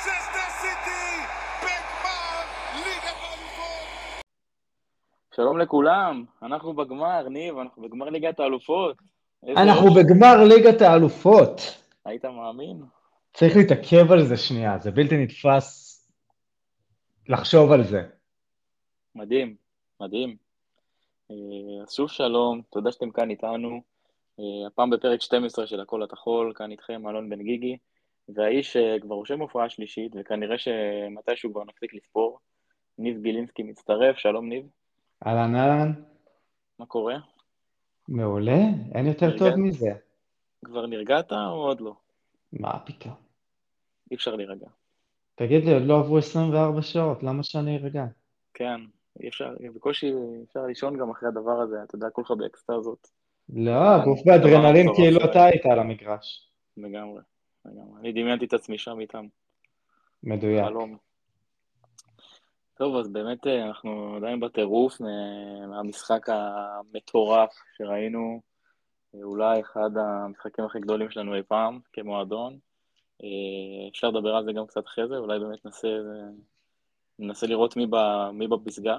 מנצ'סטר סיטי בגמר ליגת האלופות. שלום לכולם, אנחנו בגמר, ניב, אנחנו בגמר ליגת האלופות. איזה אנחנו אושר, בגמר ליגת האלופות. היית מאמין? צריך להתעכב על זה שנייה, זה בלתי נתפס לחשוב על זה. מדהים, מדהים. אז שוב שלום, תודה שאתם כאן איתנו. הפעם בפרק 12 של הכל התחול, כאן איתכם אלון בן גיגי, והאיש כבר רושם הופעה שלישית, וכנראה שמתישהו כבר נפסיק לספור. ניב גילינסקי מצטרף, שלום ניב. אהלן אהלן, מה קורה? מעולה, אין יותר טוב נרגעת? מזה. כבר נרגעת או עוד לא? מה פתאום? אי אפשר להירגע. תגיד לי, עוד לא עברו 24 שעות, למה שאני ארגע? כן, אי אפשר, בקושי אפשר לישון גם אחרי הדבר הזה, אתה יודע, כולך באקסטזות. לא, הגוף הדבר באדרנלין המטורף כאילו אתה שראינו, היית על המגרש. לגמרי, לגמרי. אני דמיינתי את עצמי שם איתם, מדויק. חלום. טוב, אז באמת אנחנו עדיין בטירוף מהמשחק המטורף שראינו, אולי אחד המשחקים הכי גדולים שלנו אי פעם, כמועדון. אפשר לדבר על זה גם קצת אחרי זה, אולי באמת ננסה לראות מי בפסגה.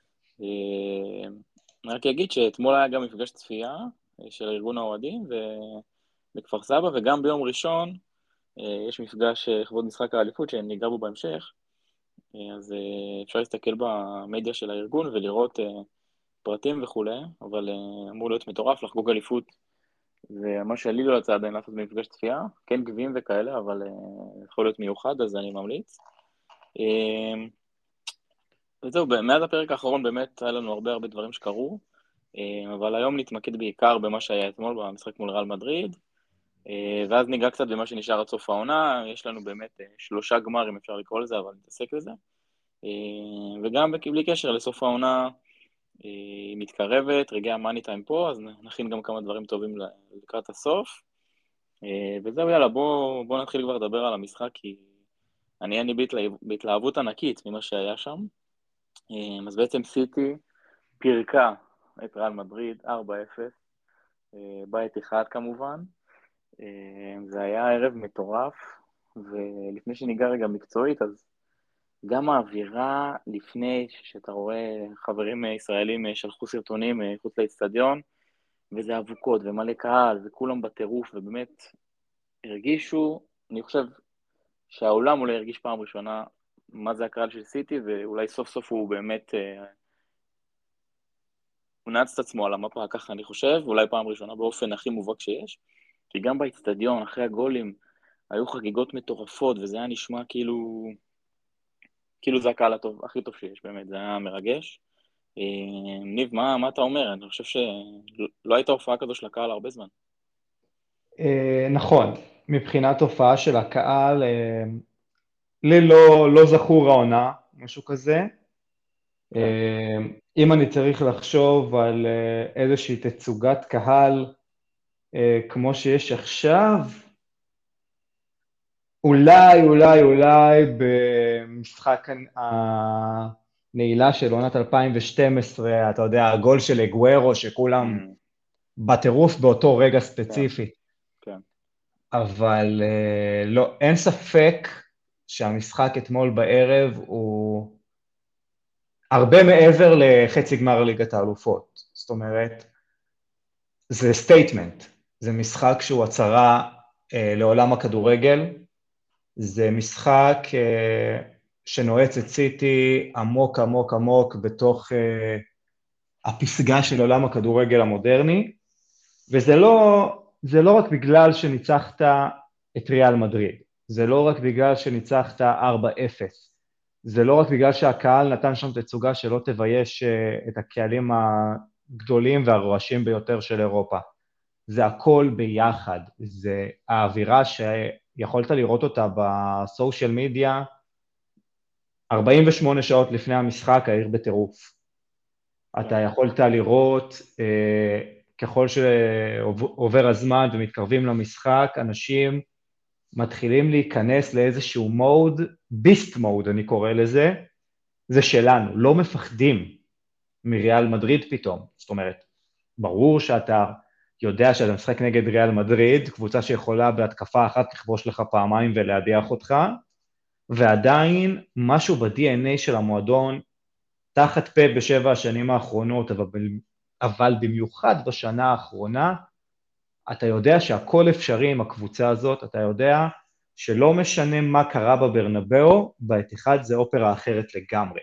אני רק אגיד שאתמול היה גם מפגש צפייה של ארגון האוהדים בכפר סבא, וגם ביום ראשון יש מפגש לכבוד משחק האליפות שניגע בו בהמשך, אז אפשר להסתכל במדיה של הארגון ולראות פרטים וכולי, אבל אמור להיות מטורף לחגוג אליפות, ומה שלי לא יצא עדיין לעשות במפגש צפייה, כן גביעים וכאלה, אבל יכול להיות מיוחד, אז אני ממליץ. וזהו, מאז הפרק האחרון באמת היה לנו הרבה דברים שקרו, אבל היום נתמקד בעיקר במה שהיה אתמול במשחק מול ריאל מדריד, ואז ניגע קצת במה שנשאר עד סוף העונה. יש לנו באמת 3 גמרים, אפשר לקרוא לזה, אבל נתעסק בזה. וגם בלי קשר לסוף העונה מתקרבת, רגעי המאני טיים פה, אז נכין גם כמה דברים טובים לקראת הסוף. וזהו, יאללה, בוא נתחיל כבר לדבר על המשחק, כי אני בהתלהבות ענקית ממה שהיה שם. אז בעצם סיטי פירקה את ריאל מדריד 4-0, בית אחד כמובן. זה היה ערב מטורף, ולפני שניגע רגע מקצועית, אז גם האווירה לפני שאתה רואה חברים ישראלים שלחו סרטונים חוץ לאצטדיון, וזה אבוקות ומלא קהל וכולם בטירוף, ובאמת הרגישו, אני חושב שהעולם אולי הרגיש פעם ראשונה מה זה הקהל של סיטי, ואולי סוף סוף הוא באמת הוא נעץ את עצמו על המפה, ככה אני חושב, ואולי פעם ראשונה באופן הכי מובהק שיש, כי גם באצטדיון אחרי הגולים היו חגיגות מטורפות, וזה היה נשמע כאילו זה הקהל הכי טוב שיש, באמת, זה היה מרגש. ניב, מה אתה אומר? אני חושב שלא הייתה הופעה כזו של הקהל הרבה זמן. נכון, מבחינת הופעה של הקהל, לי לא זכור העונה, משהו כזה. כן. אם אני צריך לחשוב על איזושהי תצוגת קהל כמו שיש עכשיו, אולי במשחק הנעילה של עונת 2012, אתה יודע, הגול של אגוארו, שכולם בטירוף באותו רגע ספציפי. כן. אבל לא, אין ספק שהמשחק אתמול בערב הוא הרבה מעבר לחצי גמר ליגת האלופות. זאת אומרת, זה סטייטמנט, זה משחק שהוא הצהרה לעולם הכדורגל, זה משחק שנועץ את סיטי עמוק עמוק עמוק בתוך הפסגה של עולם הכדורגל המודרני, וזה לא רק בגלל שניצחת את ריאל מדריד, זה לא רק בגלל שניצחת 4-0, זה לא רק בגלל שהקהל נתן שם תצוגה שלא תבייש את הקהלים הגדולים והרועשים ביותר של אירופה. זה הכל ביחד, זה האווירה שיכולת לראות אותה בסושיאל מדיה, 48 שעות לפני המשחק, העיר בטירוף. אתה יכולת לראות, ככל שעובר הזמן ומתקרבים למשחק, אנשים מתחילים להיכנס לאיזשהו מוד, ביסט מוד אני קורא לזה, זה שלנו, לא מפחדים מריאל מדריד פתאום. זאת אומרת, ברור שאתה יודע שאתה משחק נגד ריאל מדריד, קבוצה שיכולה בהתקפה אחת לכבוש לך פעמיים ולהדיח אותך, ועדיין משהו ב-DNA של המועדון, תחת פאפ בשבע השנים האחרונות, אבל במיוחד בשנה האחרונה, אתה יודע שהכל אפשרי עם הקבוצה הזאת, אתה יודע שלא משנה מה קרה בברנבאו, באתיחד זה אופרה אחרת לגמרי.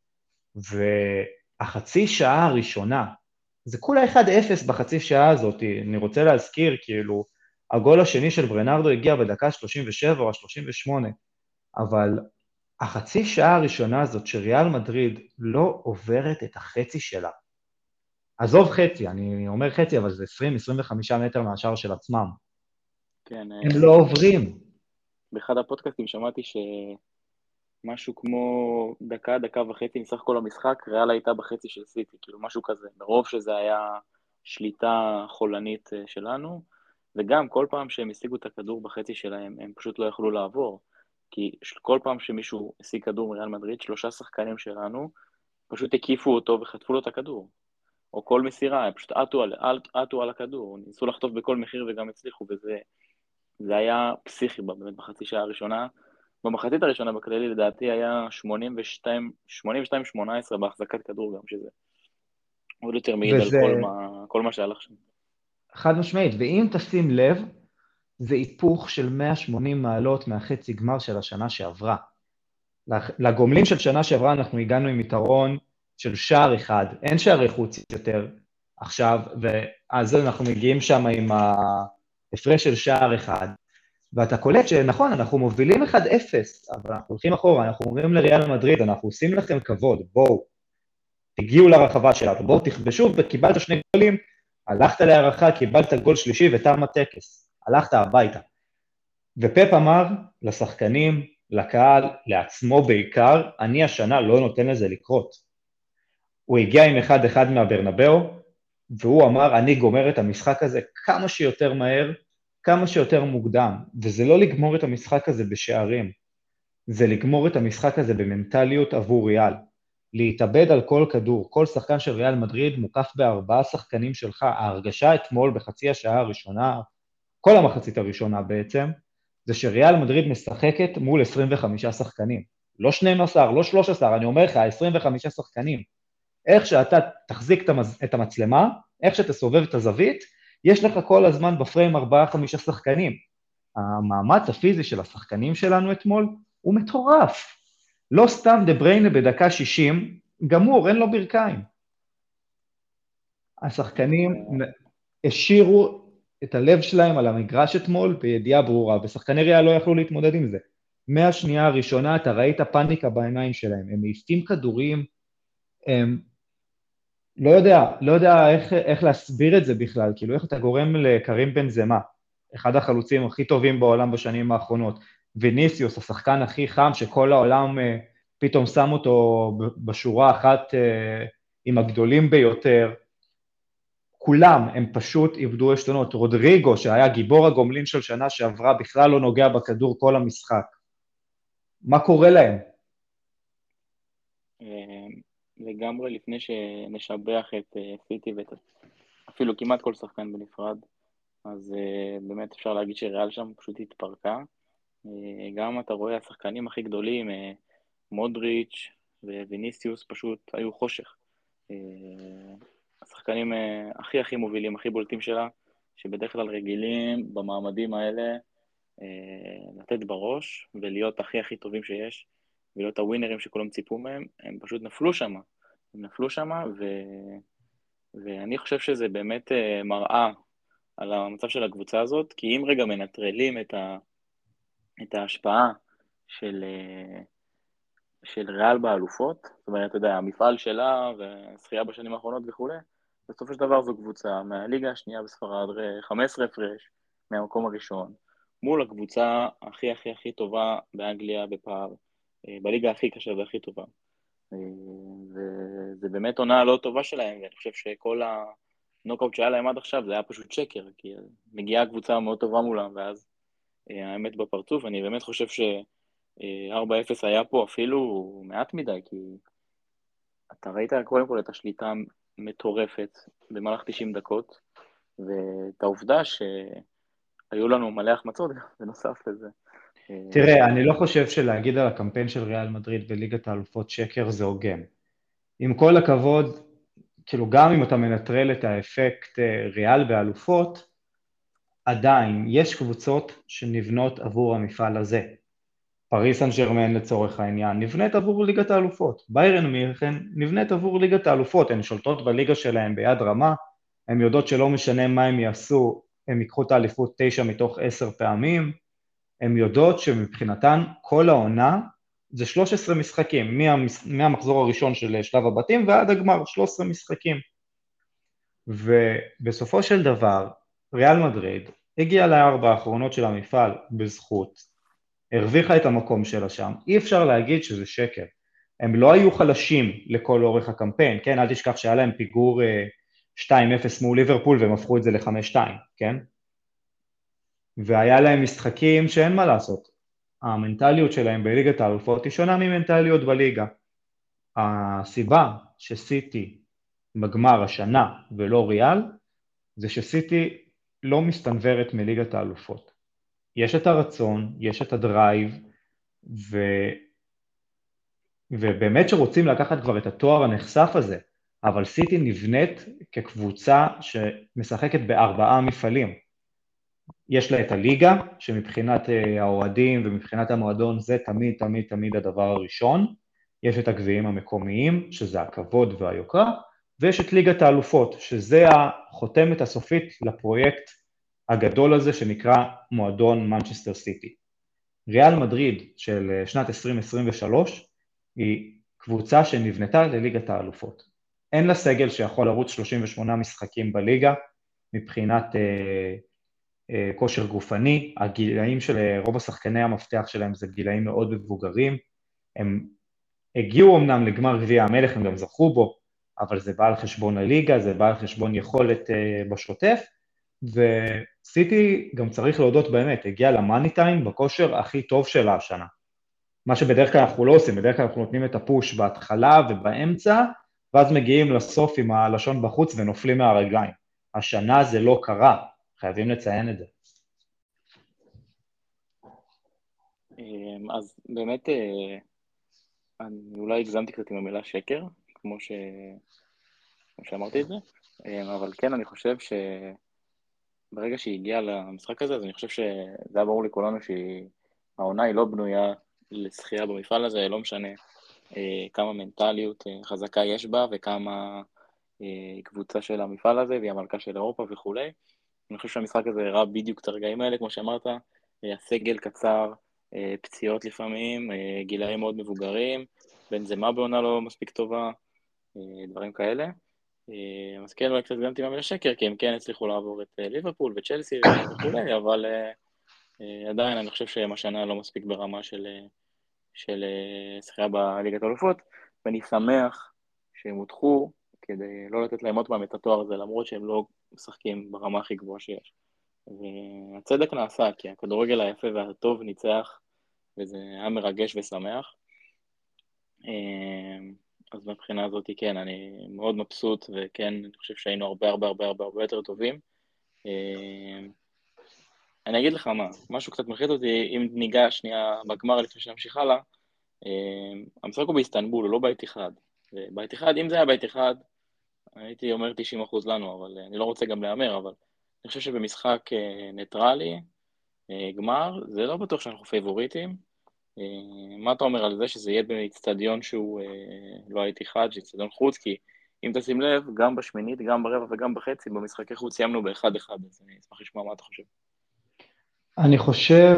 והחצי שעה הראשונה, זה כולה 1-0 בחצי שעה הזאת, אני רוצה להזכיר, כאילו, הגול השני של ברנרדו הגיע בדקה 37 או 38, אבל החצי שעה הראשונה הזאת שריאל מדריד לא עוברת את החצי שלה. עזוב חצי, אני אומר חצי, אבל זה 20-25 מטר מהשאר של עצמם. כן, הם לא עוברים. באחד הפודקאסטים שמעתי שמשהו כמו דקה, דקה וחצי מסך כל המשחק, ריאל הייתה בחצי של סיטי, כאילו משהו כזה, מרוב שזה היה שליטה חולנית שלנו, וגם כל פעם שהם השיגו את הכדור בחצי שלהם, הם פשוט לא יכלו לעבור, כי כל פעם שמישהו השיג כדור מריאל מדריד, 3 שחקנים שלנו פשוט הקיפו אותו וחטפו לו את הכדור. או כל מסירה, הם פשוט עטו על הכדור, ניסו לחטוף בכל מחיר וגם הצליחו, וזה היה פסיכי באמת בחצי שעה הראשונה. במחצית הראשונה בכללי לדעתי היה 82-18 בהחזקת כדור גם, שזה עוד יותר מעיד על וזה כל מה שהלך שם. חד משמעית, ואם תשים לב, זה היפוך של 180 מעלות מהחצי גמר של השנה שעברה. לגומלין של שנה שעברה אנחנו הגענו עם יתרון של שער אחד, אין שערי חוץ יותר עכשיו, ואז אנחנו מגיעים שם עם ההפרש של שער אחד, ואתה קולט שנכון, אנחנו מובילים 1-0, אבל אנחנו הולכים אחורה, אנחנו אומרים לריאל מדריד, אנחנו עושים לכם כבוד, בואו, תגיעו לרחבה שלנו, בואו תכבשו, וקיבלת 2 גולים, הלכת להערכה, קיבלת גול שלישי ותם הטקס, הלכת הביתה. ופפ אמר לשחקנים, לקהל, לעצמו בעיקר, אני השנה לא נותן לזה לקרות. הוא הגיע עם 1-1 מהברנבאו, והוא אמר, אני גומר את המשחק הזה כמה שיותר מהר, כמה שיותר מוקדם, וזה לא לגמור את המשחק הזה בשערים, זה לגמור את המשחק הזה במנטליות עבור ריאל, להתאבד על כל כדור, כל שחקן של ריאל מדריד מוקף ב4 שחקנים שלך, ההרגשה אתמול בחצי השעה הראשונה, כל המחצית הראשונה בעצם, זה שריאל מדריד משחקת מול 25 שחקנים, לא 12, לא 13, אני אומר לך, 25 שחקנים, איך שאתה תחזיק את המצלמה, איך שאתה סובב את הזווית, יש לך כל הזמן בפריים 4-5 שחקנים. המאמץ הפיזי של השחקנים שלנו אתמול הוא מטורף. לא סתם דה בריינה בדקה 60, גמור, אין לו ברכיים. השחקנים השאירו את הלב שלהם על המגרש אתמול בידיעה ברורה, ושחקני ריאל לא יכלו להתמודד עם זה. מהשנייה הראשונה אתה ראית פאניקה בעיניים שלהם, הם מעיפים כדורים, הם לא יודע איך להסביר את זה בכלל, כאילו איך אתה גורם לקרים בנזמה, אחד החלוצים הכי טובים בעולם בשנים האחרונות, ויניסיוס, השחקן הכי חם שכל העולם פתאום שם אותו בשורה אחת עם הגדולים ביותר, כולם הם פשוט איבדו עשתונות, רודריגו שהיה גיבור הגומלין של שנה שעברה, בכלל לא נוגע בכדור כל המשחק, מה קורה להם? לגמרי לפני שנשבח את סיטי ואת אפילו כמעט כל שחקן בנפרד, אז באמת אפשר להגיד שריאל שם פשוט התפרקה. גם אתה רואה השחקנים הכי גדולים, מודריץ' וויניסיוס פשוט היו חושך. השחקנים הכי מובילים, הכי בולטים שלה, שבדרך כלל רגילים במעמדים האלה לתת בראש ולהיות הכי טובים שיש, ולהיות הווינרים שכולם ציפו מהם, הם פשוט נפלו שם. הם נפלו שם, ואני חושב שזה באמת מראה על המצב של הקבוצה הזאת, כי אם רגע מנטרלים את ההשפעה של ריאל באלופות, זאת אומרת, אתה יודע, המפעל שלה והשחייה בשנים האחרונות וכו', בסופו של דבר זו קבוצה מהליגה השנייה בספרד, 15 הפרש מהמקום הראשון, מול הקבוצה הכי טובה באנגליה בפער, בליגה הכי קשה והכי טובה. וזה באמת עונה לא טובה שלהם, ואני חושב שכל הנוקאוט שהיה להם עד עכשיו זה היה פשוט שקר, כי מגיעה קבוצה מאוד טובה מולם, ואז האמת בפרצוף, אני באמת חושב ש4-0 היה פה אפילו מעט מדי, כי אתה ראית קודם כל את השליטה מטורפת במהלך 90 דקות, ואת העובדה שהיו לנו מלא החמצות בנוסף לזה. תראה, אני לא חושב שלהגיד על הקמפיין של ריאל מדריד בליגת האלופות שקר זה הוגן. עם כל הכבוד, כאילו גם אם אתה מנטרל את האפקט ריאל באלופות, עדיין יש קבוצות שנבנות עבור המפעל הזה. פריס סן ז'רמן לצורך העניין, נבנית עבור ליגת האלופות. ביירן מינכן נבנית עבור ליגת האלופות, הן שולטות בליגה שלהן ביד רמה, הן יודעות שלא משנה מה הם יעשו, הם ייקחו את האליפות 9 מתוך 10 פעמים, הן יודעות שמבחינתן כל העונה זה 13 משחקים, מהמחזור הראשון של שלב הבתים ועד הגמר, 13 משחקים. ובסופו של דבר, ריאל מדריד הגיעה לארבע האחרונות של המפעל בזכות, הרוויחה את המקום שלה שם, אי אפשר להגיד שזה שקר. הם לא היו חלשים לכל אורך הקמפיין, כן? אל תשכח שהיה להם פיגור 2-0 מול ליברפול והם הפכו את זה ל-5-2, כן? והיה להם משחקים שאין מה לעשות. המנטליות שלהם בליגת האלופות היא שונה ממנטליות בליגה. הסיבה שסיטי בגמר השנה ולא ריאל, זה שסיטי לא מסתנוורת מליגת האלופות. יש את הרצון, יש את הדרייב, ובאמת שרוצים לקחת כבר את התואר הנחשף הזה, אבל סיטי נבנית כקבוצה שמשחקת בארבעה מפעלים. יש לה את הליגה, שמבחינת האוהדים ומבחינת המועדון זה תמיד תמיד תמיד הדבר הראשון, יש את הגביעים המקומיים, שזה הכבוד והיוקרה, ויש את ליגת האלופות, שזה החותמת הסופית לפרויקט הגדול הזה שנקרא מועדון מנצ'סטר סיטי. ריאל מדריד של שנת 2023 היא קבוצה שנבנתה לליגת האלופות. אין לה סגל שיכול לרוץ 38 משחקים בליגה, מבחינת כושר גופני, הגילאים של רוב השחקני המפתח שלהם זה גילאים מאוד מבוגרים, הם הגיעו אמנם לגמר גביע המלך, הם גם זכו בו, אבל זה בא על חשבון הליגה, זה בא על חשבון יכולת בשוטף, וסיטי גם צריך להודות באמת, הגיע למאני טיים בכושר הכי טוב שלה השנה. מה שבדרך כלל אנחנו לא עושים, בדרך כלל אנחנו נותנים את הפוש בהתחלה ובאמצע, ואז מגיעים לסוף עם הלשון בחוץ ונופלים מהרגליים. השנה זה לא קרה, חייבים לציין את זה. אז באמת, אני אולי הגזמתי קצת עם המילה שקר, כמו שאמרתי את זה, אבל כן, אני חושב שברגע שהיא הגיעה למשחק הזה, אז אני חושב שזה היה ברור לכולנו שהעונה היא לא בנויה לשחייה במפעל הזה, לא משנה כמה מנטליות חזקה יש בה, וכמה קבוצה של המפעל הזה, והיא המלכה של אירופה וכו'. אני חושב שהמשחק הזה הראה בדיוק את הרגעים האלה, כמו שאמרת, הסגל קצר, פציעות לפעמים, גילאים מאוד מבוגרים, בנזמה בעונה לא מספיק טובה, דברים כאלה. אז כן, אולי קצת גדמתי מהמילה שקר, כי הם כן הצליחו לעבור את ליברפול וצ'לסי וכו', אבל עדיין אני חושב שהם השנה לא מספיק ברמה של שחייה בליגת האלופות, ואני שמח שהם הודחו כדי לא לתת להם עוד פעם את התואר הזה, למרות שהם לא משחקים ברמה הכי גבוהה שיש. והצדק נעשה, כי הכדורגל היפה והטוב ניצח, וזה היה מרגש ושמח. אז מבחינה הזאת, כן, אני מאוד מבסוט, וכן, אני חושב שהיינו הרבה יותר טובים. אני אגיד לך משהו קצת מלחיץ אותי, אם ניגע שנייה בגמר לפני שנמשיך הלאה, המשחק הוא באיסטנבול, הוא לא בית אחד. ובית אחד, אם זה היה בית אחד, הייתי אומר 90% לנו, אבל אני לא רוצה גם להאמר, אבל אני חושב שבמשחק ניטרלי, גמר, זה לא בטוח שאנחנו פייבוריטים. מה אתה אומר על זה שזה יהיה באצטדיון שהוא לא הייתי אחד, שאצטדיון חוץ, כי אם תשים לב, גם בשמינית, גם ברבע וגם בחצי, במשחקי חוץ סיימנו ב1-1, אז אני אשמח לשמוע מה אתה חושב. אני חושב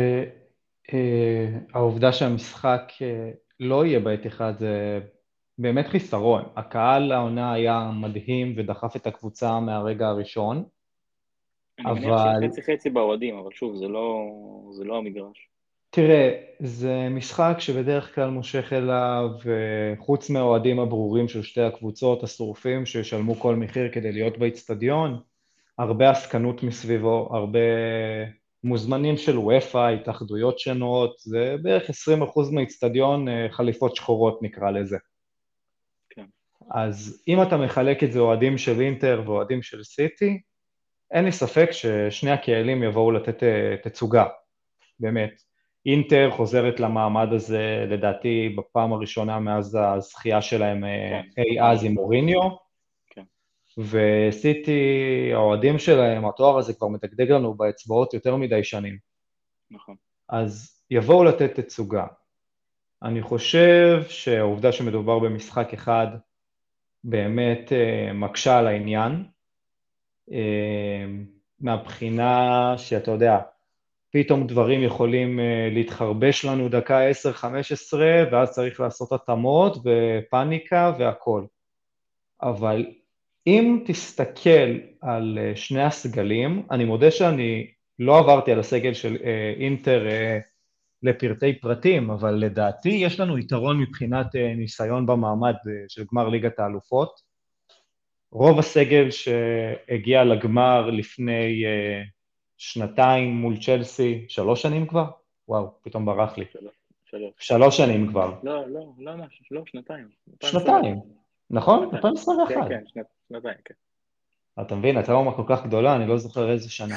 שהעובדה שהמשחק לא יהיה בית אחד זה באמת חיסרון. הקהל העונה היה מדהים ודחף את הקבוצה מהרגע הראשון. אני מניח שחצי באוהדים, אבל שוב, זה לא המגרש. תראה, זה משחק שבדרך כלל מושך אליו, חוץ מהאוהדים הברורים של שתי הקבוצות, השורפים שישלמו כל מחיר כדי להיות באצטדיון, הרבה עסקנות מסביבו, הרבה מוזמנים של וופא, התאחדויות שונות, זה בערך 20% מהאצטדיון חליפות שחורות נקרא לזה. כן. אז אם אתה מחלק את זה אוהדים של אינטר ואוהדים של סיטי, אין לי ספק ששני הקהלים יבואו לתת תצוגה, באמת. אינטר חוזרת למעמד הזה, לדעתי, בפעם הראשונה מאז הזכייה שלהם כן, אי פעם אז עם ראשונה. מוריניו, כן, וסיטי, האוהדים שלהם, התואר הזה כבר מתקדק לנו באצבעות יותר מדי שנים. נכון. אז יבואו לתת תצוגה. אני חושב שהעובדה שמדובר במשחק אחד באמת מקשה על העניין, מהבחינה שאתה יודע, פתאום דברים יכולים להתחרבש לנו דקה 10-15, ואז צריך לעשות התאמות ופניקה והכל. אבל אם תסתכל על שני הסגלים, אני מודה שאני לא עברתי על הסגל של אינטר לפרטי פרטים, אבל לדעתי יש לנו יתרון מבחינת ניסיון במעמד של גמר ליגת האלופות. רוב הסגל שהגיע לגמר לפני שנתיים מול צ'לסי, 3 שנים כבר? וואו, פתאום ברח לי. שלוש. 3 שנים כבר. לא משהו, לא, שנתיים. 2021. שנתיים, נכון? שנתיים. 2021. כן, שנתיים, כן. אתה מבין, הטראומה כל כך גדולה, אני לא זוכר איזה שנה.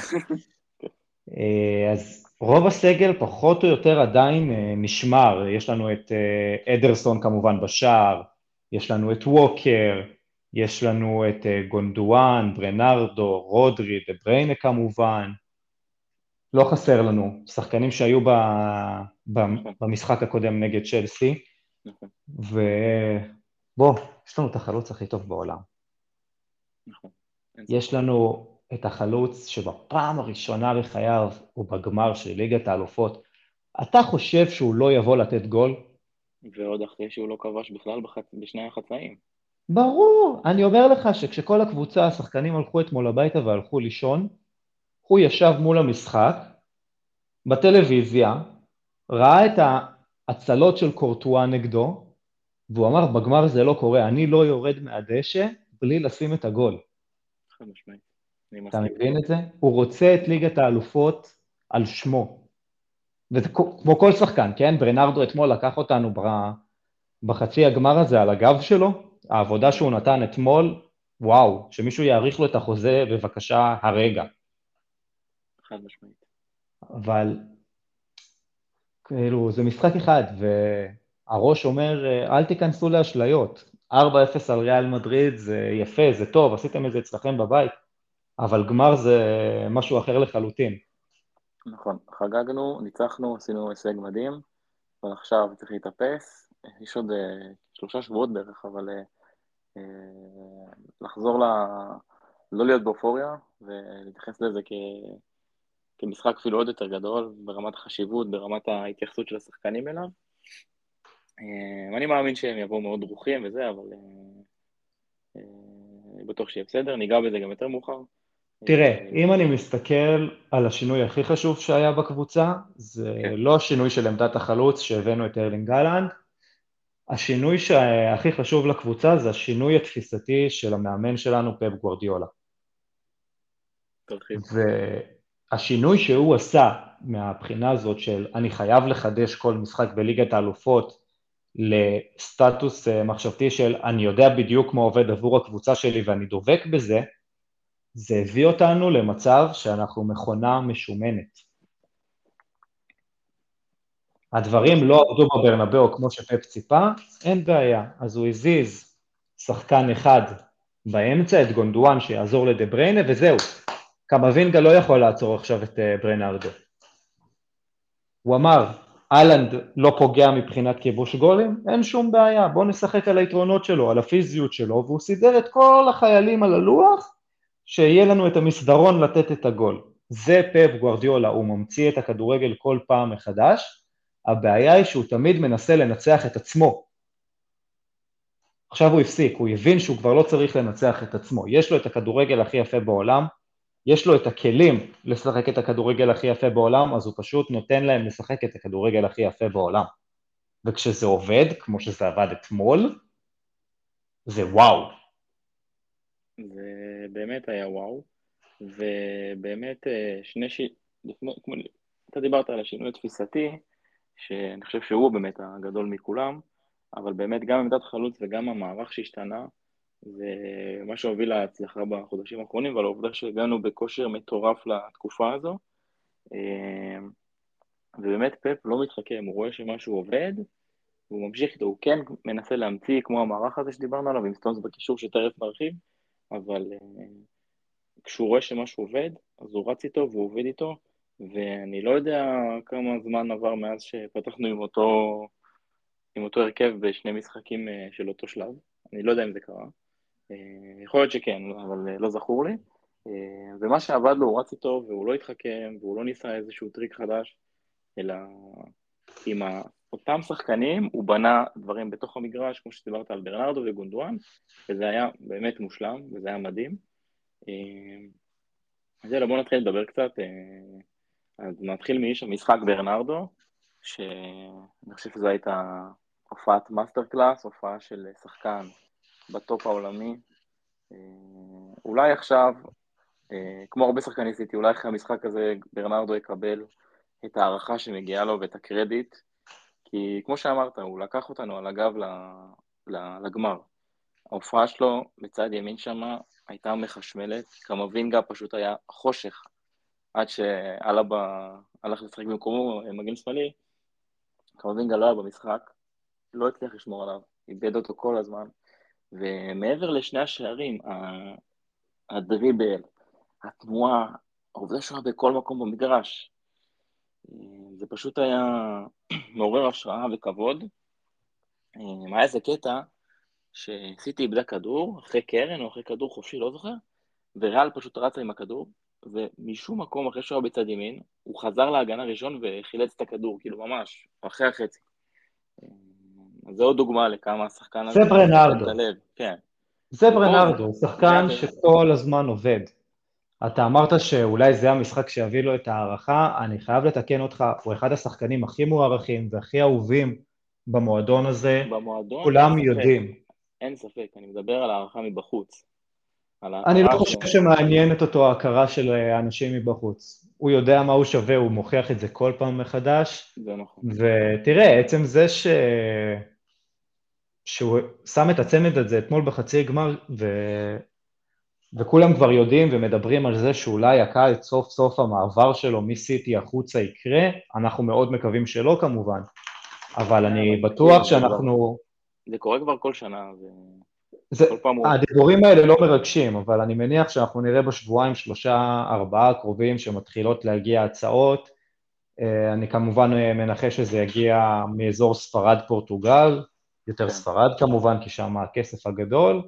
אז רוב הסגל פחות או יותר עדיין נשמר, יש לנו את אדרסון כמובן בשער, יש לנו את ווקר, יש לנו את גונדואן, ברנרדו, רודרי, דה בריינה כמובן, לא חסר לנו, שחקנים שהיו נכון, במשחק הקודם נגד צ'לסי, נכון, ובוא, יש לנו את החלוץ הכי טוב בעולם. נכון. אין ספק. יש לנו את החלוץ שבפעם הראשונה בחייו הוא בגמר של ליגת האלופות. אתה חושב שהוא לא יבוא לתת גול? ועוד אחרי שהוא לא כבש בכלל בשני החצאים. ברור, אני אומר לך שכשכל הקבוצה, השחקנים הלכו אתמול הביתה והלכו לישון, הוא ישב מול המשחק, בטלוויזיה, ראה את ההצלות של קורטואה נגדו, והוא אמר, בגמר זה לא קורה, אני לא יורד מהדשא בלי לשים את הגול. חד משמעית. אני אתה מסכים. מבין את זה? הוא רוצה את ליגת האלופות על שמו. וזה כמו כל שחקן, כן? ברנרדו אתמול לקח אותנו בחצי הגמר הזה על הגב שלו, העבודה שהוא נתן אתמול, וואו, שמישהו יאריך לו את החוזה בבקשה הרגע. חד משמעית. אבל כאילו, זה משחק אחד, והראש אומר, אל תיכנסו לאשליות. 4-0 על ריאל מדריד זה יפה, זה טוב, עשיתם את זה אצלכם בבית, אבל גמר זה משהו אחר לחלוטין. נכון, חגגנו, ניצחנו, עשינו הישג מדהים, אבל עכשיו צריך להתאפס. יש עוד 3 שבועות בערך, אבל לחזור לא להיות באופוריה, ולהתייחס לזה כמשחק אפילו עוד יותר גדול, ברמת החשיבות, ברמת ההתייחסות של השחקנים אליו. אני מאמין שהם יבואו מאוד דרוכים וזה, אבל אני בטוח שיהיה בסדר, ניגע בזה גם יותר מאוחר. תראה, אם אני מסתכל על השינוי הכי חשוב שהיה בקבוצה, זה כן. לא השינוי של עמדת החלוץ שהבאנו את ארלינג הלנד, השינוי שהכי חשוב לקבוצה זה השינוי התפיסתי של המאמן שלנו, פפ גוארדיולה. תרחיב. והשינוי שהוא עשה מהבחינה הזאת של אני חייב לחדש כל משחק בליגת האלופות לסטטוס מחשבתי של אני יודע בדיוק מה עובד עבור הקבוצה שלי ואני דובק בזה, זה הביא אותנו למצב שאנחנו מכונה משומנת. הדברים לא עבדו בברנבאו כמו שפפ ציפה, אין בעיה. אז הוא הזיז שחקן אחד באמצע, את גונדואן שיעזור לדה בריינה, וזהו. קמבינגה לא יכול לעצור עכשיו את ברנרדו. הוא אמר, אלנד לא פוגע מבחינת כיבוש גולים, אין שום בעיה, בוא נשחק על היתרונות שלו, על הפיזיות שלו, והוא סידר את כל החיילים על הלוח, שיהיה לנו את המסדרון לתת את הגול. זה פפ גוארדיולה, הוא ממציא את הכדורגל כל פעם מחדש, הבעיה היא שהוא תמיד מנסה לנצח את עצמו. עכשיו הוא הפסיק, הוא הבין שהוא כבר לא צריך לנצח את עצמו. יש לו את הכדורגל הכי יפה בעולם, יש לו את הכלים לשחק את הכדורגל הכי יפה בעולם, אז הוא פשוט נותן להם לשחק את הכדורגל הכי יפה בעולם. וכשזה עובד, כמו שזה עבד אתמול, זה וואו. זה באמת היה וואו, ובאמת אתה דיברת על השינוי התפיסתי, שאני חושב שהוא באמת הגדול מכולם, אבל באמת גם עמדת חלוץ וגם המערך שהשתנה, זה מה שהוביל להצלחה בחודשים האחרונים, ועל העובדה שהגענו בכושר מטורף לתקופה הזו. ובאמת פפ לא מתחכם, הוא רואה שמשהו עובד, והוא ממשיך איתו, הוא כן מנסה להמציא כמו המערך הזה שדיברנו עליו, עם סטונס בקישור שתכף נרחיב, אבל כשהוא רואה שמשהו עובד, אז הוא רץ איתו והוא עובד איתו, ואני לא יודע כמה זמן עבר מאז שפתחנו עם אותו הרכב בשני משחקים של אותו שלב, אני לא יודע אם זה קרה, יכול להיות שכן, אבל לא זכור לי, ומה שעבד לו הוא רץ איתו והוא לא התחכם, והוא לא ניסה איזשהו טריק חדש, אלא עם אותם שחקנים הוא בנה דברים בתוך המגרש, כמו שדיברת על ברנרדו וגונדואן, וזה היה באמת מושלם, וזה היה מדהים. אז יאללה, בואו נתחיל לדבר קצת. אז נתחיל מאיש המשחק ברנרדו, שאני חושב שזו הייתה הופעת מאסטר קלאס, הופעה של שחקן בטופ העולמי. אולי עכשיו, כמו הרבה שחקנים סיטי, אולי אחרי המשחק הזה ברנרדו יקבל את הערכה שמגיעה לו ואת הקרדיט, כי כמו שאמרת, הוא לקח אותנו על הגב לגמר. ההופעה שלו בצד ימין שמה הייתה מחשמלת, קמבינגה פשוט היה חושך, עד שאלבה הלך לשחק במקומו מגן שמאלי, קמבינגה לא היה במשחק, לא הצליח לשמור עליו, איבד אותו כל הזמן, ומעבר לשני השערים, הדריבל, התנועה, העובדה שהוא היה בכל מקום במגרש, זה פשוט היה מעורר השראה וכבוד. היה איזה קטע שסיטי איבדה כדור, אחרי קרן או אחרי כדור חופשי, לא זוכר, וריאל פשוט רצה עם הכדור, ומשום מקום אחרי שהוא היה בצד ימין, הוא חזר להגנה ראשון וחילץ את הכדור, כאילו ממש, אחרי החצי. אז זו עוד דוגמה לכמה השחקן הזה זה ברנרדו. את הלב, כן. זה ברנרדו, שחקן שכל הזמן עובד. אתה אמרת שאולי זה המשחק שיביא לו את הערכה, אני חייב לתקן אותך, הוא אחד השחקנים הכי מוערכים והכי אהובים במועדון הזה, במועדון, כולם יודעים. אין ספק, אני מדבר על הערכה מבחוץ. אני לא חושב שמעניינת אותו ההכרה של האנשים מבחוץ. הוא יודע מה הוא שווה, הוא מוכיח את זה כל פעם מחדש. זה נכון. ותראה, עצם זה שהוא שם את הצמד הזה אתמול בחצי גמר, וכולם כבר יודעים ומדברים על זה שאולי הקיץ סוף סוף המעבר שלו מסיטי החוצה יקרה, אנחנו מאוד מקווים שלא כמובן, אבל אני בטוח שאנחנו... זה קורה כבר כל שנה, הדיבורים האלה לא מרגשים, אבל אני מניח שאנחנו נראה בשבועיים, 3-4 הקרובים שמתחילות להגיע הצעות, אני כמובן מנחש שזה יגיע מאזור ספרד פורטוגל, יותר ספרד כמובן, כי שם הכסף הגדול,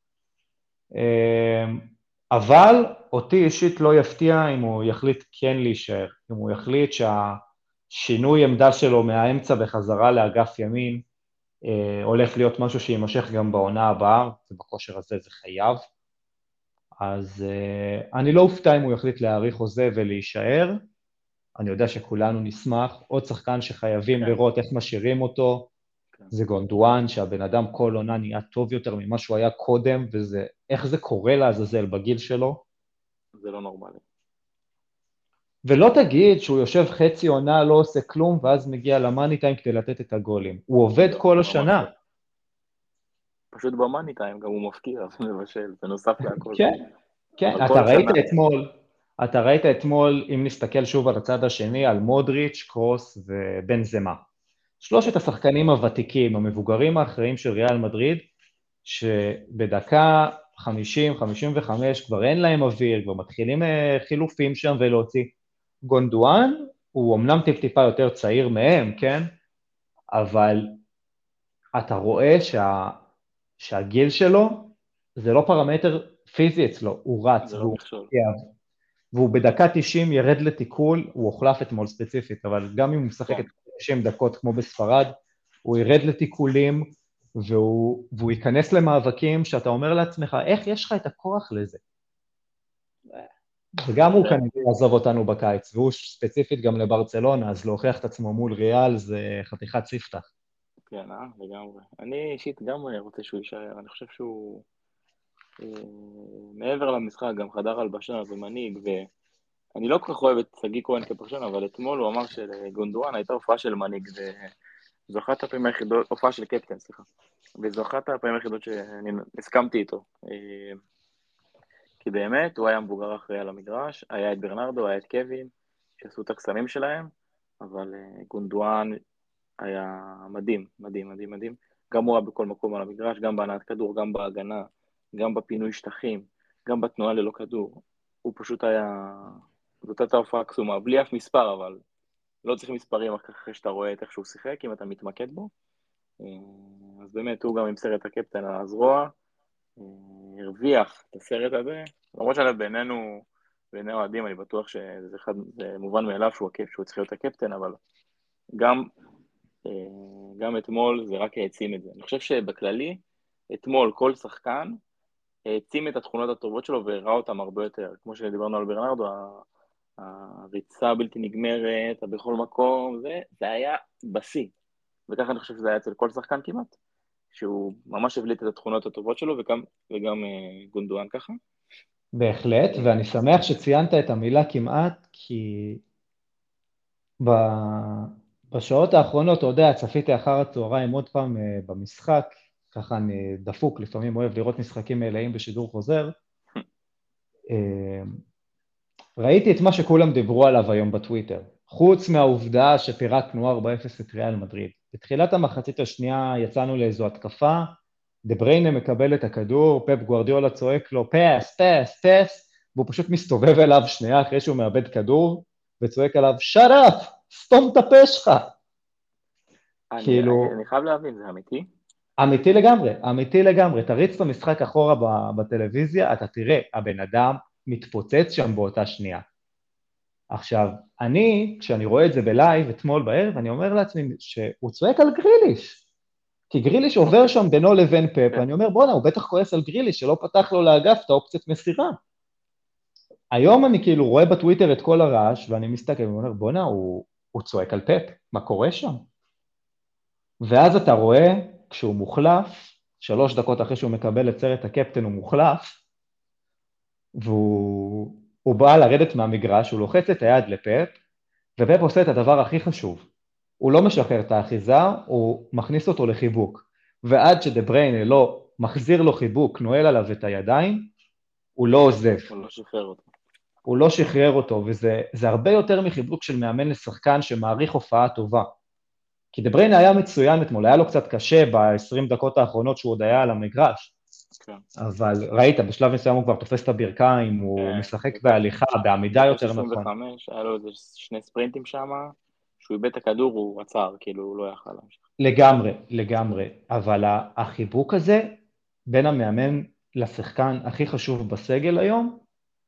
אבל אותי אישית לא יפתיע אם הוא יחליט כן להישאר, אם הוא יחליט שהשינוי עמדה שלו מהאמצע בחזרה לאגף ימין, הולך להיות משהו שימשך גם בעונה הבאה, ובכושר הזה זה חייב, אז אני לא אופתע אם הוא יחליט להאריך חוזה ולהישאר, אני יודע שכולנו נשמח, עוד שחקן שחייבים לראות איך משאירים אותו, זה גונדואן, שהבן אדם כל עונה נהיה טוב יותר ממה שהוא היה קודם, איך זה קורה לעזאזל בגיל שלו? זה לא נורמלי. ולא תגיד שהוא יושב חצי עונה, לא עושה כלום, ואז מגיע למאני טיים כדי לתת את הגולים. הוא עובד כל השנה. פשוט במאני טיים, גם הוא מפקיע ומבשל, בנוסף להכל. כן, אתה ראית אתמול, אם נסתכל שוב על הצד השני, על מודריץ', קרוס ובנזמה. שלושת השחקנים הוותיקים, המבוגרים האחראים של ריאל מדריד, שבדקה 50-55 כבר אין להם אוויר, כבר מתחילים חילופים שם ולהוציא. גונדואן הוא אמנם טיפה יותר צעיר מהם, כן? אבל אתה רואה שהגיל שלו זה לא פרמטר פיזי אצלו, הוא רץ והוא בדקה 90 ירד לתיקול, הוא הוחלף אתמול ספציפית, אבל גם אם הוא משחק את 90 דקות כמו בספרד, הוא ירד לתיקולים והוא ייכנס למאבקים שאתה אומר לעצמך, איך יש לך את הכוח לזה? וגם הוא כנראה יעזוב אותנו בקיץ, והוא ספציפית גם לברצלונה, אז להוכיח את עצמו מול ריאל זה חתיכת ספתח. כן, לגמרי. אני אישית גם רוצה שהוא יישאר, אני חושב שהוא מעבר למשחק, גם חדר הלבשה ומנהיג, ואני לא כל כך אוהב את סגי כהן כפרשן, אבל אתמול הוא אמר שגונדואן הייתה הופעה של מנהיג, וזו אחת הפעמים היחידות, הופעה של קפטן, סליחה, וזו אחת הפעמים היחידות שאני הסכמתי איתו. כי באמת הוא היה מבוגר אחראי על המגרש, היה את ברנרדו, היה את קווין, שעשו את הקסמים שלהם, אבל גונדואן היה מדהים, מדהים, מדהים, מדהים. גם הוא היה בכל מקום על המגרש, גם בהנעת כדור, גם בהגנה, גם בפינוי שטחים, גם בתנועה ללא כדור. הוא פשוט היה... זאת הייתה הופעה קסומה, בלי אף מספר, אבל לא צריך מספרים אחרי שאתה רואה את איך שהוא שיחק, אם אתה מתמקד בו. אז באמת, הוא גם עם סרט הקפטן על הזרוע, הרוויח את הסרט הזה, למרות בינינו, בעיני אוהדים, אני בטוח שזה זה מובן מאליו שהוא צריך להיות הקפטן, אבל גם, גם אתמול זה רק העצים את זה. אני חושב שבכללי, אתמול כל שחקן העצים את התכונות הטובות שלו והראה אותם הרבה יותר. כמו שדיברנו על ברנרדו, הריצה הבלתי נגמרת, בכל מקום, זה היה בשיא. וככה אני חושב שזה היה אצל כל שחקן כמעט, שהוא ממש הבליט את התכונות הטובות שלו, וגם גונדואן ככה. בהחלט, ואני שמח שציינת את המילה כמעט, כי בשעות האחרונות, אתה יודע, צפיתי אחר הצהריים עוד פעם במשחק, ככה אני דפוק, לפעמים אוהב לראות משחקים מלאים בשידור חוזר, ראיתי את מה שכולם דיברו עליו היום בטוויטר, חוץ מהעובדה שפירקנו 4-0 את ריאל מדריד. בתחילת המחצית השנייה יצאנו לאיזו התקפה, דה בריינה מקבל את הכדור, פפ גוארדיולה צועק לו, פס, פס, פס, והוא פשוט מסתובב אליו שנייה אחרי שהוא מאבד כדור, וצועק עליו, shut up, סתום את הפה שלך. אני חייב להבין, זה אמיתי? אמיתי לגמרי, אמיתי לגמרי. תריץ את המשחק אחורה בטלוויזיה, אתה תראה, הבן אדם מתפוצץ שם באותה שנייה. עכשיו, כשאני רואה את זה בלייב אתמול בערב, אני אומר לעצמי שהוא צועק על גריליש. כי גריליש עובר שם בינו לבין פפ, ואני אומר, בוא'נה, הוא בטח כועס על גריליש, שלא פתח לו לאגף את האופציית מסירה. היום אני כאילו רואה בטוויטר את כל הרעש, ואני מסתכל ואומר, בוא'נה, הוא צועק על פפ, מה קורה שם? ואז אתה רואה, כשהוא מוחלף, 3 דקות אחרי שהוא מקבל את סרט הקפטן, הוא מוחלף, והוא בא לרדת מהמגרש, הוא לוחץ את היד לפפ, ופפ עושה את הדבר הכי חשוב. הוא לא משחרר את האחיזה, הוא מכניס אותו לחיבוק. ועד שדה בריינה לא מחזיר לו חיבוק, נועל עליו את הידיים, הוא לא עוזב. הוא לא שחרר אותו. הוא לא שחרר אותו, וזה הרבה יותר מחיבוק של מאמן לשחקן שמעריך הופעה טובה. כי דה בריינה היה מצוין אתמול, היה לו קצת קשה ב-20 דקות האחרונות שהוא עוד היה על המגרש. כן. אבל ראית, בשלב מסוים הוא כבר תופס את הברכיים, הוא משחק בהליכה, בעמידה יותר נכון. 25, היה לו איזה 2 ספרינטים שם, שהוא איבד את הכדור, הוא עצר, כאילו הוא לא יכל להמשיך. לגמרי, לגמרי. אבל החיבוק הזה, בין המאמן לשחקן הכי חשוב בסגל היום,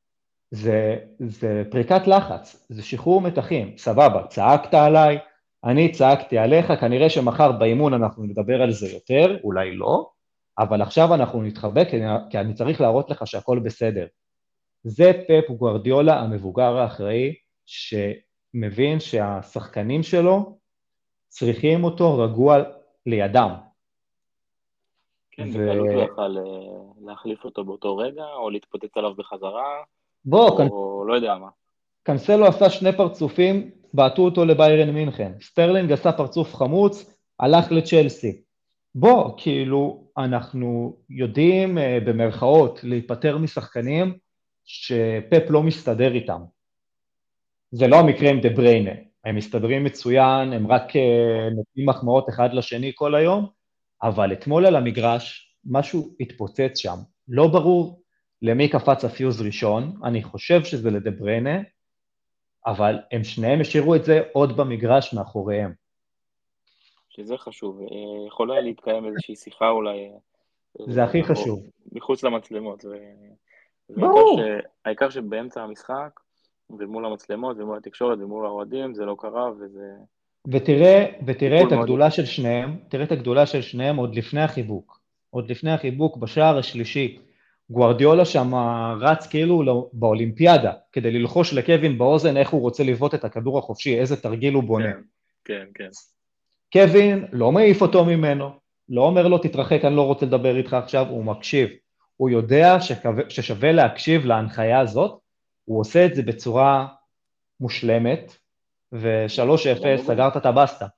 זה פריקת לחץ, זה שחרור מתחים. סבבה, צעקת עליי, אני צעקתי עליך, כנראה שמחר באימון אנחנו נדבר על זה יותר, אולי לא, אבל עכשיו אנחנו נתחבק, כי אני צריך להראות לך שהכל בסדר. זה פפ גוארדיולה המבוגר האחראי, שמבין שהשחקנים שלו צריכים אותו רגוע לידם. כן, בקלות הוא יכל להחליף אותו באותו רגע, או להתפוצץ עליו בחזרה, או לא יודע מה. קנסלו עשה 2 פרצופים, בעטו אותו לביירן מינכן. סטרלינג עשה פרצוף חמוץ, הלך לצ'לסי. כאילו, אנחנו יודעים במרכאות להיפטר משחקנים שפפ לא מסתדר איתם. זה לא המקרה עם דה בריינה. הם מסתדרים מצוין, הם רק נותנים מחמאות אחד לשני כל היום, אבל אתמול על המגרש משהו התפוצץ שם. לא ברור למי קפץ הפיוז ראשון, אני חושב שזה לדה בריינה, אבל הם שניהם השאירו את זה עוד במגרש מאחוריהם. שזה חשוב, יכול היה להתקיים איזושהי שיחה אולי... זה הכי חשוב. מחוץ למצלמות. ברור. העיקר שבאמצע המשחק, ומול המצלמות, ומול התקשורת, ומול האוהדים, זה לא קרה, וזה... ותראה את הגדולה של שניהם, תראה את הגדולה של שניהם עוד לפני החיבוק. עוד לפני החיבוק, בשער השלישי, גוארדיולה שם רץ כאילו באולימפיאדה, כדי ללחוש לקווין באוזן איך הוא רוצה לבעוט את הכדור החופשי, איזה תרגיל הוא בונה. כן, כן. קווין לא מעיף אותו ממנו, לא אומר לו תתרחק, אני לא רוצה לדבר איתך עכשיו, הוא מקשיב. הוא יודע ששווה להקשיב להנחיה הזאת, הוא עושה את זה בצורה מושלמת, ו3-0 סגרת את הבסטה.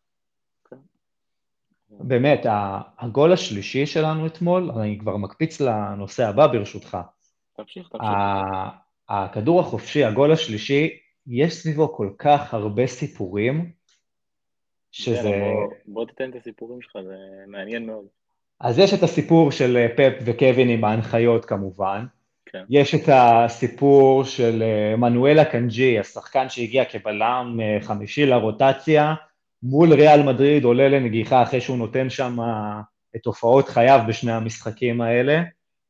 באמת, הגול השלישי שלנו אתמול, אני כבר מקפיץ לנושא הבא ברשותך. תמשיך. הכדור החופשי, הגול השלישי, יש סביבו כל כך הרבה סיפורים, יאללה, שזה... בוא תיתן את הסיפורים שלך, זה מעניין מאוד. אז יש את הסיפור של פפ וקווין עם ההנחיות כמובן, כן. יש את הסיפור של מנואל אקנג'י, השחקן שהגיע כבלם חמישי לרוטציה, מול ריאל מדריד עולה לנגיחה אחרי שהוא נותן שם את הופעות חייו בשני המשחקים האלה,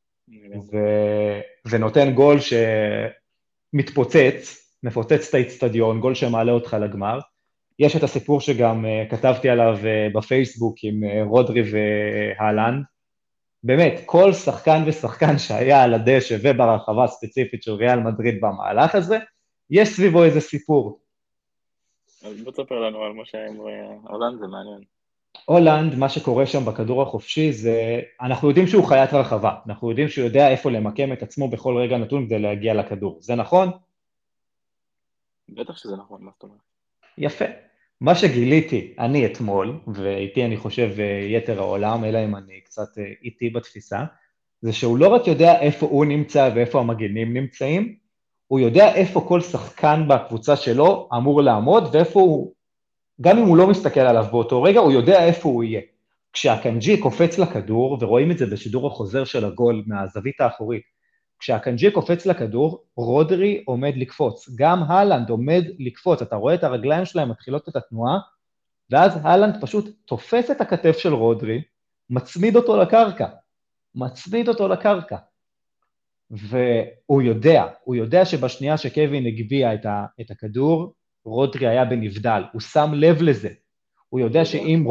ונותן גול שמתפוצץ, מפוצץ את האצטדיון, גול שמעלה אותך לגמר. יש את הסיפור שגם כתבתי עליו בפייסבוק עם רודרי והלנד, באמת, כל שחקן ושחקן שהיה על הדשא וברחבה הספציפית של ריאל מדריד במהלך הזה, יש סביבו איזה סיפור. אז בוא תספר לנו על מה שהיה עם הולנד, זה מעניין. הולנד, מה שקורה שם בכדור החופשי זה, אנחנו יודעים שהוא חיית רחבה, אנחנו יודעים שהוא יודע איפה למקם את עצמו בכל רגע נתון כדי להגיע לכדור, זה נכון? בטח שזה נכון, מה זאת אומרת? יפה. מה שגיליתי, אני אתמול, ואיתי אני חושב יתר העולם, אלא אם אני קצת איתי בתפיסה, זה שהוא לא רק יודע איפה הוא נמצא ואיפה המגנים נמצאים, הוא יודע איפה כל שחקן בקבוצה שלו אמור לעמוד, ואיפה הוא, גם אם הוא לא מסתכל עליו באותו רגע, הוא יודע איפה הוא יהיה. כשהקנג'י קופץ לכדור, ורואים את זה בשידור החוזר של הגול מהזווית האחורית, כשהקנג'י קופץ לכדור, רודרי עומד לקפוץ, גם הלנד עומד לקפוץ, אתה רואה את הרגליים שלהם מתחילות את התנועה, ואז הלנד פשוט תופס את הכתף של רודרי, מצמיד אותו לקרקע, והוא יודע שבשנייה שקווין הגביע את הכדור, רודרי היה בנבדל, הוא שם לב לזה, הוא יודע שאם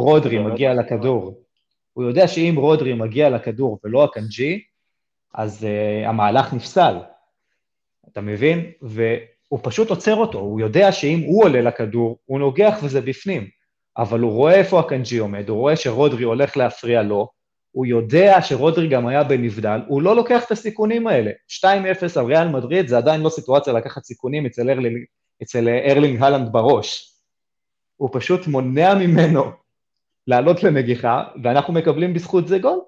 רודרי מגיע לכדור ולא הקנג'י, אז המהלך נפסל, אתה מבין? והוא פשוט עוצר אותו, הוא יודע שאם הוא עולה לכדור, הוא נוגח וזה בפנים, אבל הוא רואה איפה הקנג'י עומד, הוא רואה שרודרי הולך להפריע לו, הוא יודע שרודרי גם היה בנבדל, הוא לא לוקח את הסיכונים האלה. 2-0 על ריאל מדריד, זה עדיין לא סיטואציה לקחת סיכונים אצל ארלינג הלנד בראש. הוא פשוט מונע ממנו לעלות לנגיחה, ואנחנו מקבלים בזכות זה גול.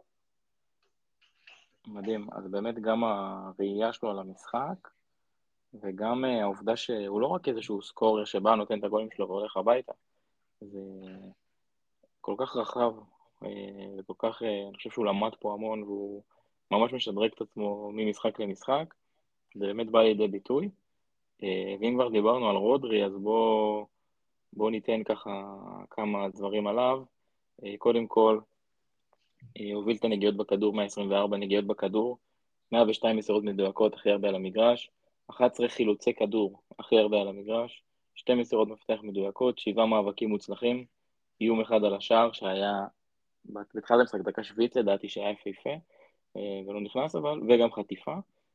מדהים, אז באמת גם הראייה שלו על המשחק, וגם העובדה שהוא לא רק איזשהו סקורר שבא נותן את הגולים שלו והולך הביתה, זה כל כך רחב, וכל כך, אני חושב שהוא למד פה המון, והוא ממש משדרג את עצמו ממשחק למשחק, זה באמת בא לידי ביטוי. ואם כבר דיברנו על רודרי, אז בוא ניתן ככה כמה דברים עליו. קודם כל, הוביל את הנגיעות בכדור, 124 נגיעות בכדור, 102 מסירות מדויקות, הכי הרבה על המגרש, 11 חילוצי כדור, הכי הרבה על המגרש, 2 מסירות מפתח מדויקות, 7 מאבקים מוצלחים, איום אחד על השער שהיה בתחילת המשחק, דקה שביעית לדעתי שהיה יפהפה, ולא נכנס אבל, וגם חטיפה.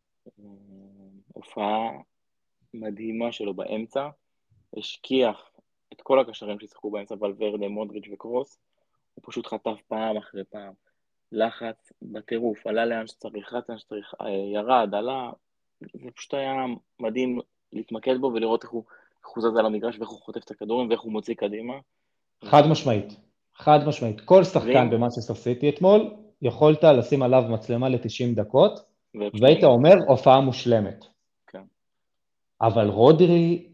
הופעה מדהימה שלו באמצע, השכיח את כל הקשרים ששיחקו באמצע, ולוורדה, מודריץ' וקרוס, הוא פשוט חטף פעם אחרי פעם, לחץ בטירוף, עלה לאן שצריך, רץ לאן שצריך, ירד, עלה, זה פשוט היה מדהים להתמקד בו ולראות איך הוא זז על המגרש ואיך הוא חוטף את הכדורים ואיך הוא מוציא קדימה. חד משמעית. כל שחקן במנצ'סטר סיטי אתמול, יכולת לשים עליו מצלמה ל-90 דקות, והיית אומר הופעה מושלמת. כן. אבל רודרי,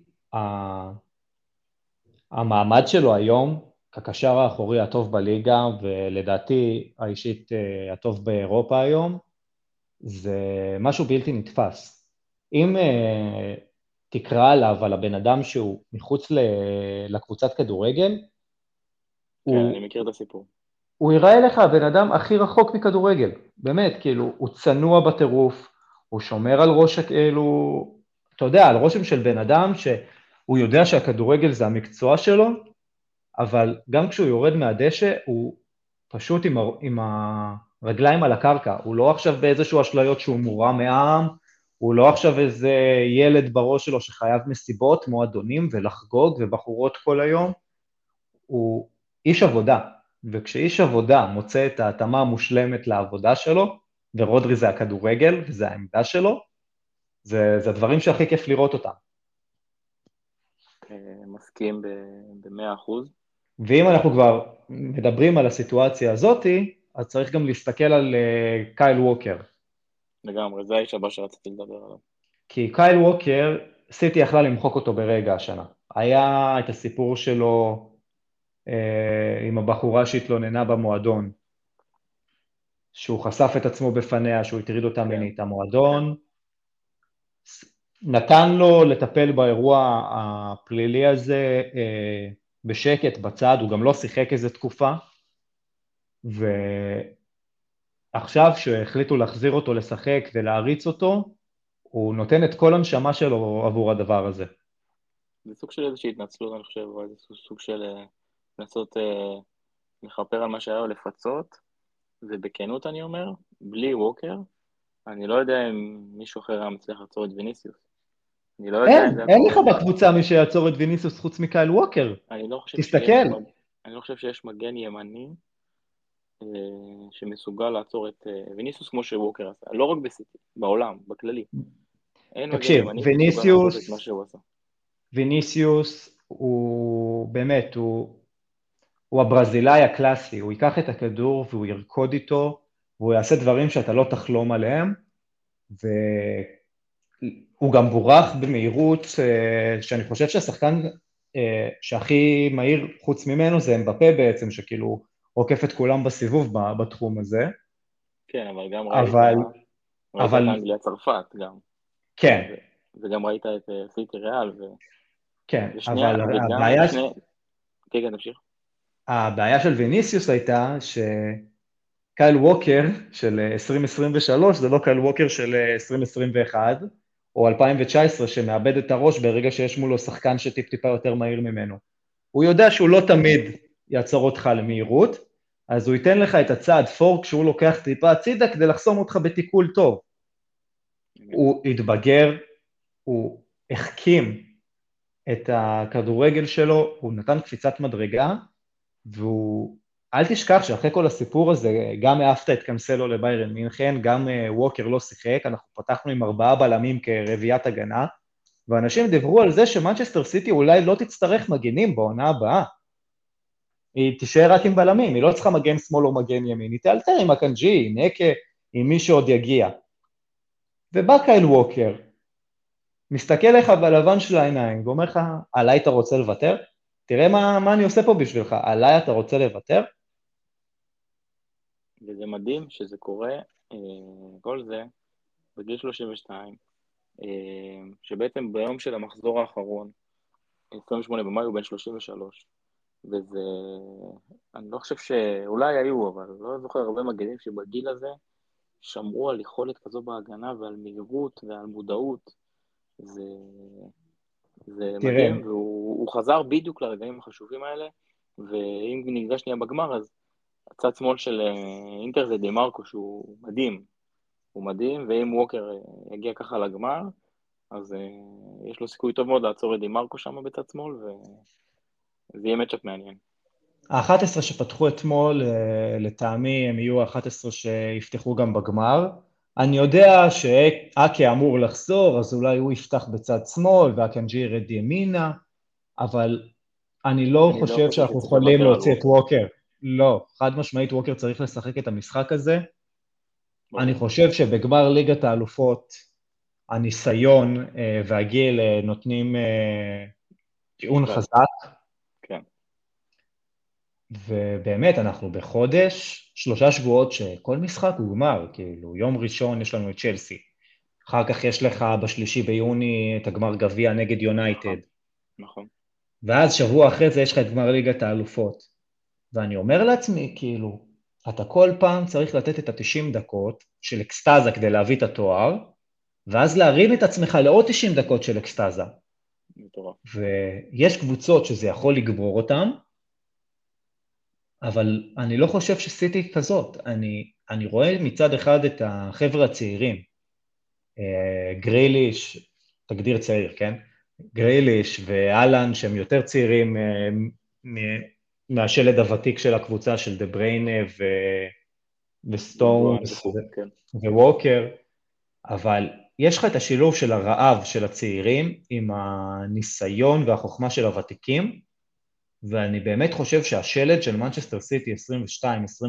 המעמד שלו היום, כקשר האחורי הטוב בליגה, ולדעתי האישית הטוב באירופה היום, זה משהו בלתי נתפס. אם תקרא עליו על הבן אדם שהוא מחוץ לקבוצת כדורגל, כן, אני מכיר את הסיפור. הוא יראה לך הבן אדם הכי רחוק מכדורגל, באמת, כאילו, הוא צנוע בטירוף, הוא שומר על ראש, כאילו, אתה יודע, על רושם של בן אדם שהוא יודע שהכדורגל זה המקצוע שלו, אבל גם כשהוא יורד מהדשא, הוא פשוט עם הרגליים על הקרקע, הוא לא עכשיו באיזשהו אשליות שהוא מורם מעם, הוא לא עכשיו איזה ילד בראש שלו שחייב מסיבות, מועדונים ולחגוג ובחורות כל היום, הוא איש עבודה, וכשאיש עבודה מוצא את ההתאמה המושלמת לעבודה שלו, ורודרי זה הכדורגל וזה העמדה שלו, זה הדברים שהכי כיף לראות אותם. מסכים ב-100%. ואם אנחנו כבר מדברים על הסיטואציה הזאת, אז צריך גם להסתכל על קייל ווקר. לגמרי, זה האיש הבא שרציתי לדבר עליו. כי קייל ווקר, סיטי יכלה למחוק אותו ברגע השנה. היה את הסיפור שלו עם הבחורה שהתלוננה במועדון, שהוא חשף את עצמו בפניה, שהוא הטריד אותה מינית. המועדון נתן לו לטפל באירוע הפלילי הזה בשקט, בצד, הוא גם לא שיחק איזה תקופה, ועכשיו שהחליטו להחזיר אותו לשחק ולהריץ אותו, הוא נותן את כל הנשמה שלו עבור הדבר הזה. זה סוג של איזושהי התנצלות, אני חושב, או איזה סוג של לנסות לכפר על מה שהיה או לפצות, ובכנות אני אומר, בלי ווקר, אני לא יודע אם מישהו אחר היה מצליח לעצור את ויניסיוס. אני לא יודע אם זה אין היה לך בקבוצה מי שיעצור את ויניסיוס חוץ מקייל ווקר. אני לא חושב תסתכל. אני לא חושב שיש מגן ימני שמסוגל לעצור את ויניסיוס כמו שווקר עשה, לא רק בסיטי, בעולם, בכללי. אין מגן תקשיב, ימני שמסוגל לעשות את מה שהוא עשה. ויניסיוס הוא באמת, הוא הברזילאי הקלאסי, הוא ייקח את הכדור והוא ירקוד איתו, והוא יעשה דברים שאתה לא תחלום עליהם, והוא גם בורח במהירות, שאני חושב שהשחקן שהכי מהיר חוץ ממנו זה אמבפה בעצם, שכאילו עוקף את כולם בסיבוב בתחום הזה. כן, אבל גם ראית את אנגליה צרפת גם. כן. וגם ראית את סיטי ריאל. כן, אבל הבעיה... כן, תמשיך. הבעיה של ויניסיוס הייתה שקייל ווקר של 2023 זה לא קייל ווקר של 2021 או 2019 שמאבד את הראש ברגע שיש מולו שחקן שטיפ-טיפה יותר מהיר ממנו. הוא יודע שהוא לא תמיד יעצור אותך למהירות, אז הוא ייתן לך את הצעד פורק שהוא לוקח טיפה הצידה כדי לחסום אותך בתיקול טוב. הוא התבגר, הוא החכים את הכדורגל שלו, הוא נתן קפיצת מדרגה, אל תשכח שאחרי כל הסיפור הזה, גם העפת את קנסלו לביירן מינכן, גם ווקר לא שיחק, אנחנו פתחנו עם 4 בלמים כרביית הגנה, ואנשים דיברו על זה שמנצ'סטר סיטי אולי לא תצטרך מגנים בעונה הבאה. היא תישאר רק עם בלמים, היא לא צריכה מגן שמאל או מגן ימין, היא תאלתר עם הקנג'י, עם נקה, עם מי שעוד יגיע. ובא קייל ווקר, מסתכל לך בלבן של העיניים, ואומר לך, עליי אתה רוצה לוותר? תראה מה אני עושה פה בשבילך, עליי אתה רוצה לוותר? וזה מדהים שזה קורה, כל זה, בגיל 32, שבעצם ביום של המחזור האחרון, 28 במאי הוא בן 33, וזה, אני לא חושב שאולי היו, אבל לא זוכר הרבה מגנים שבגיל הזה שמרו על יכולת כזו בהגנה ועל מהירות ועל מודעות, זה מדהים, והוא חזר בדיוק לרגעים החשובים האלה, ואם ניגע שנייה בגמר, אז הצד שמאל של אינטר זה דימרקו, שהוא מדהים, הוא מדהים, ואם ווקר יגיע ככה לגמר, אז יש לו סיכוי טוב מאוד לעצור את דימרקו שם בצד שמאל, וזה יהיה מצ'אפ מעניין. ה-11 שפתחו אתמול, לטעמי הם יהיו ה-11 שיפתחו גם בגמר. אני יודע שאקי אמור לחזור, אז אולי הוא יפתח בצד שמאל, והקנג'י ירד ימינה, אבל אני לא חושב שאנחנו יכולים להוציא את ווקר. לא, חד משמעית ווקר צריך לשחק את המשחק הזה. אני חושב שבגמר ליגת האלופות, הניסיון והגיל נותנים טיעון חזק. כן. ובאמת, אנחנו בחודש, 3 שבועות שכל משחק הוא גמר, כאילו, יום ראשון יש לנו את צ'לסי, אחר כך יש לך ב3 ביוני את הגמר גביע נגד יונייטד. נכון. ואז שבוע אחרי זה יש לך את גמר ליגת האלופות. ואני אומר לעצמי, כאילו, אתה כל פעם צריך לתת את ה-90 דקות של אקסטאזה כדי להביא את התואר, ואז להרים את עצמך לעוד 90 דקות של אקסטאזה. ויש קבוצות שזה יכול לגבור אותם, אבל אני לא חושב שסיטי כזאת. אני רואה מצד אחד את החבר'ה הצעירים, גריליש, תגדיר צעיר, כן? גריליש ואלן, שהם יותר צעירים מהשלד הוותיק של הקבוצה של דה בריינה וסטונס וווקר, אבל יש לך את השילוב של הרעב של הצעירים עם הניסיון והחוכמה של הוותיקים, ואני באמת חושב שהשלד של מנצ'סטר סיטי 22-23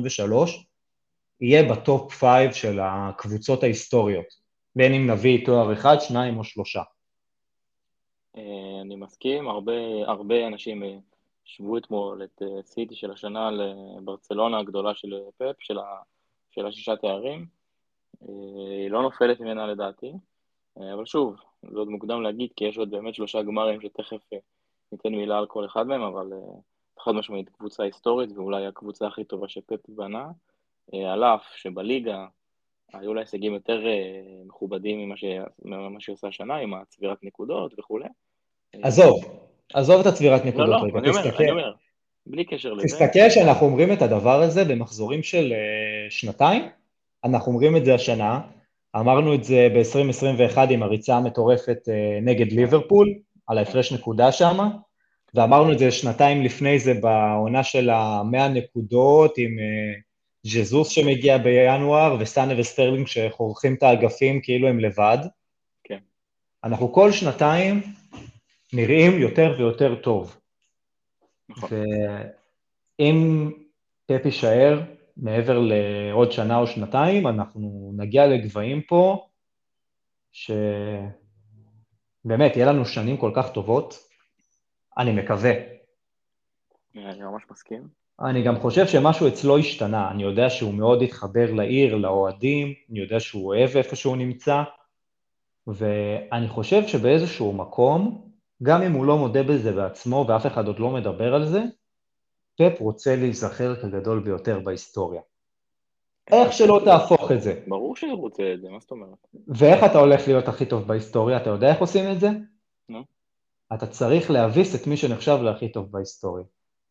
יהיה בטופ 5 של הקבוצות ההיסטוריות, בין אם נביא תואר 1, 2 או 3. אני מסכים, הרבה אנשים שוו אתמול את סיטי של השנה לברצלונה הגדולה של פפ, של השישה תארים. היא לא נופלת ממנה לדעתי, אבל שוב, זה עוד מוקדם להגיד, כי יש עוד באמת 3 גמרים שתכף ניתן מילה על כל אחד מהם, אבל חד משמעית קבוצה היסטורית, ואולי הקבוצה הכי טובה שפפ בנה, על אף שבליגה היו לה הישגים יותר מכובדים ממה שהיא עושה השנה, עם הצבירת נקודות וכו'. עזוב את הצבירת לא, נקודות לא, רגע, אני אומר, בלי קשר לזה. תסתכל שאנחנו אומרים את הדבר הזה במחזורים של שנתיים, אנחנו אומרים את זה השנה, אמרנו את זה ב-2021 עם הריצה המטורפת נגד ליברפול, על ההפרש נקודה שם, ואמרנו את זה שנתיים לפני זה בעונה של ה-100 נקודות, עם ג'זוס שמגיע בינואר, וסטאנה וסטרלינג שחורכים את האגפים כאילו הם לבד. כן. אנחנו כל שנתיים נראים יותר ויותר טוב. נכון. ואם פפ יישאר מעבר לעוד שנה או שנתיים, אנחנו נגיע לגבהים פה, שבאמת יהיה לנו שנים כל כך טובות, אני מקווה. אני ממש מסכים. אני גם חושב שמשהו אצלו השתנה, אני יודע שהוא מאוד התחבר לעיר, לאוהדים, אני יודע שהוא אוהב איפה שהוא נמצא, ואני חושב שבאיזשהו מקום, גם אם הוא לא מודה בזה בעצמו, ואף אחד עוד לא מדבר על זה, פפ רוצה להיזכר כגדול ביותר בהיסטוריה. איך שלא תהפוך את זה. ברור שהוא רוצה את זה, מה זאת אומרת? ואיך אתה הולך להיות הכי טוב בהיסטוריה? אתה יודע איך עושים את זה? נו. אתה צריך להביס את מי שנחשב להכי טוב בהיסטוריה.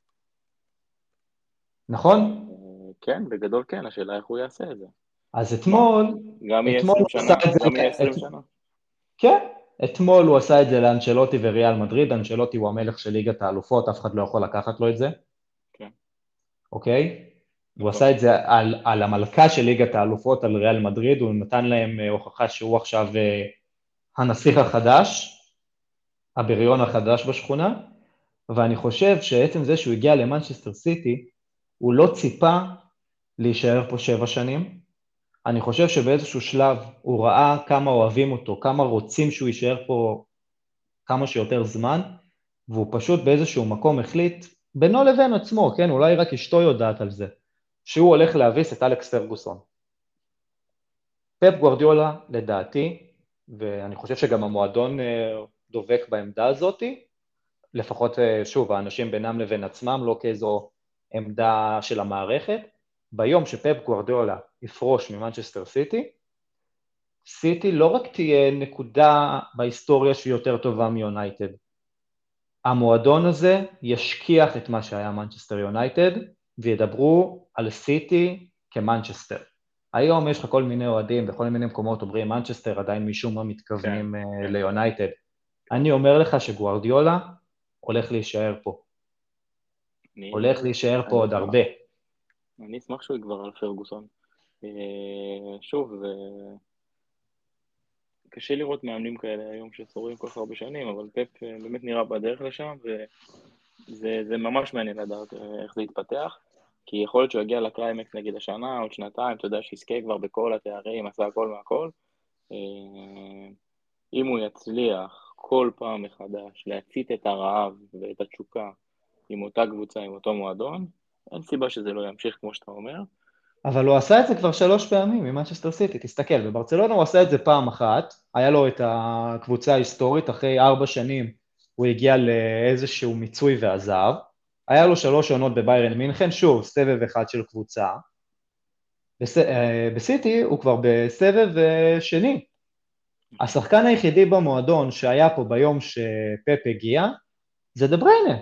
נכון? כן, בגדול כן, השאלה איך הוא יעשה את זה. אז אתמול... גם יהיה 20 שנה, גם יהיה 20 שנה. כן, אתמול הוא עשה את זה לאנצ'לוטי וריאל מדריד, אנצ'לוטי הוא המלך של ליגת האלופות, אף אחד לא יכול לקחת לו את זה. כן. אוקיי? הוא עשה את זה על המלכה של ליגת האלופות, על ריאל מדריד, הוא נתן להם הוכחה שהוא עכשיו הנסיך החדש, הבריון החדש בשכונה, ואני חושב שעצם זה שהוא הגיע למנצ'סטר סיטי, הוא לא ציפה להישאר פה 7 שנים, אני חושב שבאיזשהו שלב הוא ראה כמה אוהבים אותו, כמה רוצים שהוא יישאר פה כמה שיותר זמן, והוא פשוט באיזשהו מקום החליט, בינו לבין עצמו, כן, אולי רק אשתו יודעת על זה, שהוא הולך להביס את אלכס פרגוסון. פפ גוארדיולה, לדעתי, ואני חושב שגם המועדון דובק בעמדה הזאת, לפחות, שוב, האנשים בינם לבין עצמם, לא כאיזו עמדה של המערכת, ביום שפפ גוארדיולה יפרוש ממנצ'סטר סיטי, סיטי לא רק תהיה נקודה בהיסטוריה שהיא יותר טובה מיונייטד, המועדון הזה ישכיח את מה שהיה מנצ'סטר יונייטד, וידברו על סיטי כמנצ'סטר. היום יש לך כל מיני אוהדים, בכל מיני מקומות אומרים מנצ'סטר, עדיין משום מה מתכוונים ליונייטד. אני אומר לך שגוארדיולה הולך להישאר פה. הולך להישאר פה עוד הרבה. אני אשמח שהוא יגבר על פרגוסון. שוב, קשה לראות מאמנים כאלה היום שצורים כל כך הרבה שנים, אבל פפ באמת נראה בדרך לשם, וזה ממש מעניין לדעת איך זה יתפתח, כי יכול להיות שהוא יגיע לקליימקס נגיד השנה, עוד שנתיים, אתה יודע שיזכה כבר בכל התארים, עשה הכל מהכל. אם הוא יצליח כל פעם מחדש להצית את הרעב ואת התשוקה עם אותה קבוצה, עם אותו מועדון, אין סיבה שזה לא ימשיך כמו שאתה אומר. אבל הוא עשה את זה כבר 3 פעמים ממנצ'סטר סיטי, תסתכל, בברצלונה הוא עשה את זה פעם אחת, היה לו את הקבוצה ההיסטורית, אחרי 4 שנים הוא הגיע לאיזשהו מיצוי ועזב, היה לו 3 עונות בביירן מינכן, שוב, סבב אחד של קבוצה, בסיטי הוא כבר בסבב שני, השחקן היחידי במועדון שהיה פה ביום שפפ הגיע, זה דה בריינה,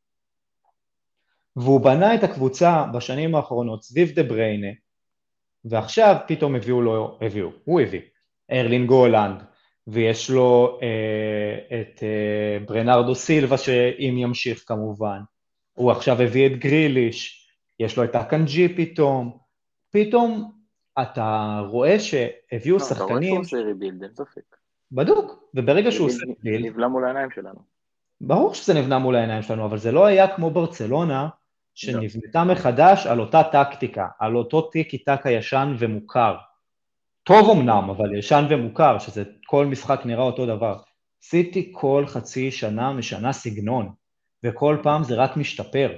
והוא בנה את הקבוצה בשנים האחרונות סביב דה בריינה, ועכשיו פתאום הוא הביא ארלינג הולנד, ויש לו את ברנרדו סילבה שאם ימשיך כמובן, הוא עכשיו הביא את גריליש, יש לו את הקנג'י פתאום אתה רואה שהביאו שחקנים... אתה רואה שהוא עושה ריבילד, אין ספק. בדוק, וברגע שהוא עושה ריבילד... נבלע מול העיניים שלנו. ברור שזה נבנה מול העיניים שלנו, אבל זה לא היה כמו ברצלונה, שנבנתה מחדש על אותה טקטיקה, על אותו טיקי טקה ישן ומוכר. טוב אמנם, אבל ישן ומוכר, שזה כל משחק נראה אותו דבר. סיטי כל חצי שנה משנה סגנון. וכל פעם זה רק משתפר.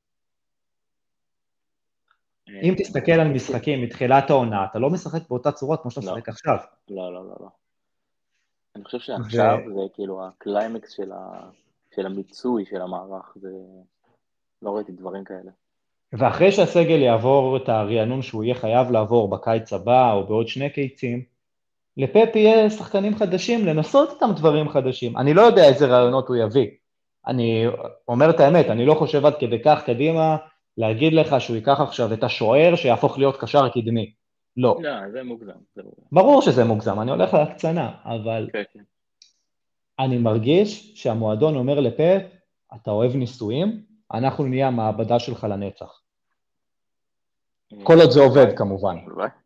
אם תסתכל על משחקים מתחילת העונה, אתה לא משחק באותה צורה כמו שאתה משחק עכשיו. לא, לא, לא, לא. אני חושב שעכשיו זה כאילו הקליימקס של המיצוי של המערך, זה לא ראיתי דברים כאלה. ואחרי שהסגל יעבור את הרענון שהוא יהיה חייב לעבור בקיץ הבא או בעוד 2 קיצים, לפפ יהיה שחקנים חדשים, לנסות איתם דברים חדשים. אני לא יודע איזה רעיונות הוא יביא. אני אומר את האמת, אני לא חושב עד כדי כך קדימה להגיד לך שהוא ייקח עכשיו את השוער שיהפוך להיות קשר קדמי. לא. לא, זה מוגזם. ברור שזה מוגזם, אני הולך להקצנה, אבל כן. אני מרגיש שהמועדון אומר לפפ, אתה אוהב ניסויים, אנחנו נהיה המעבדה שלך לנצח. כל עוד זה עובד כמובן.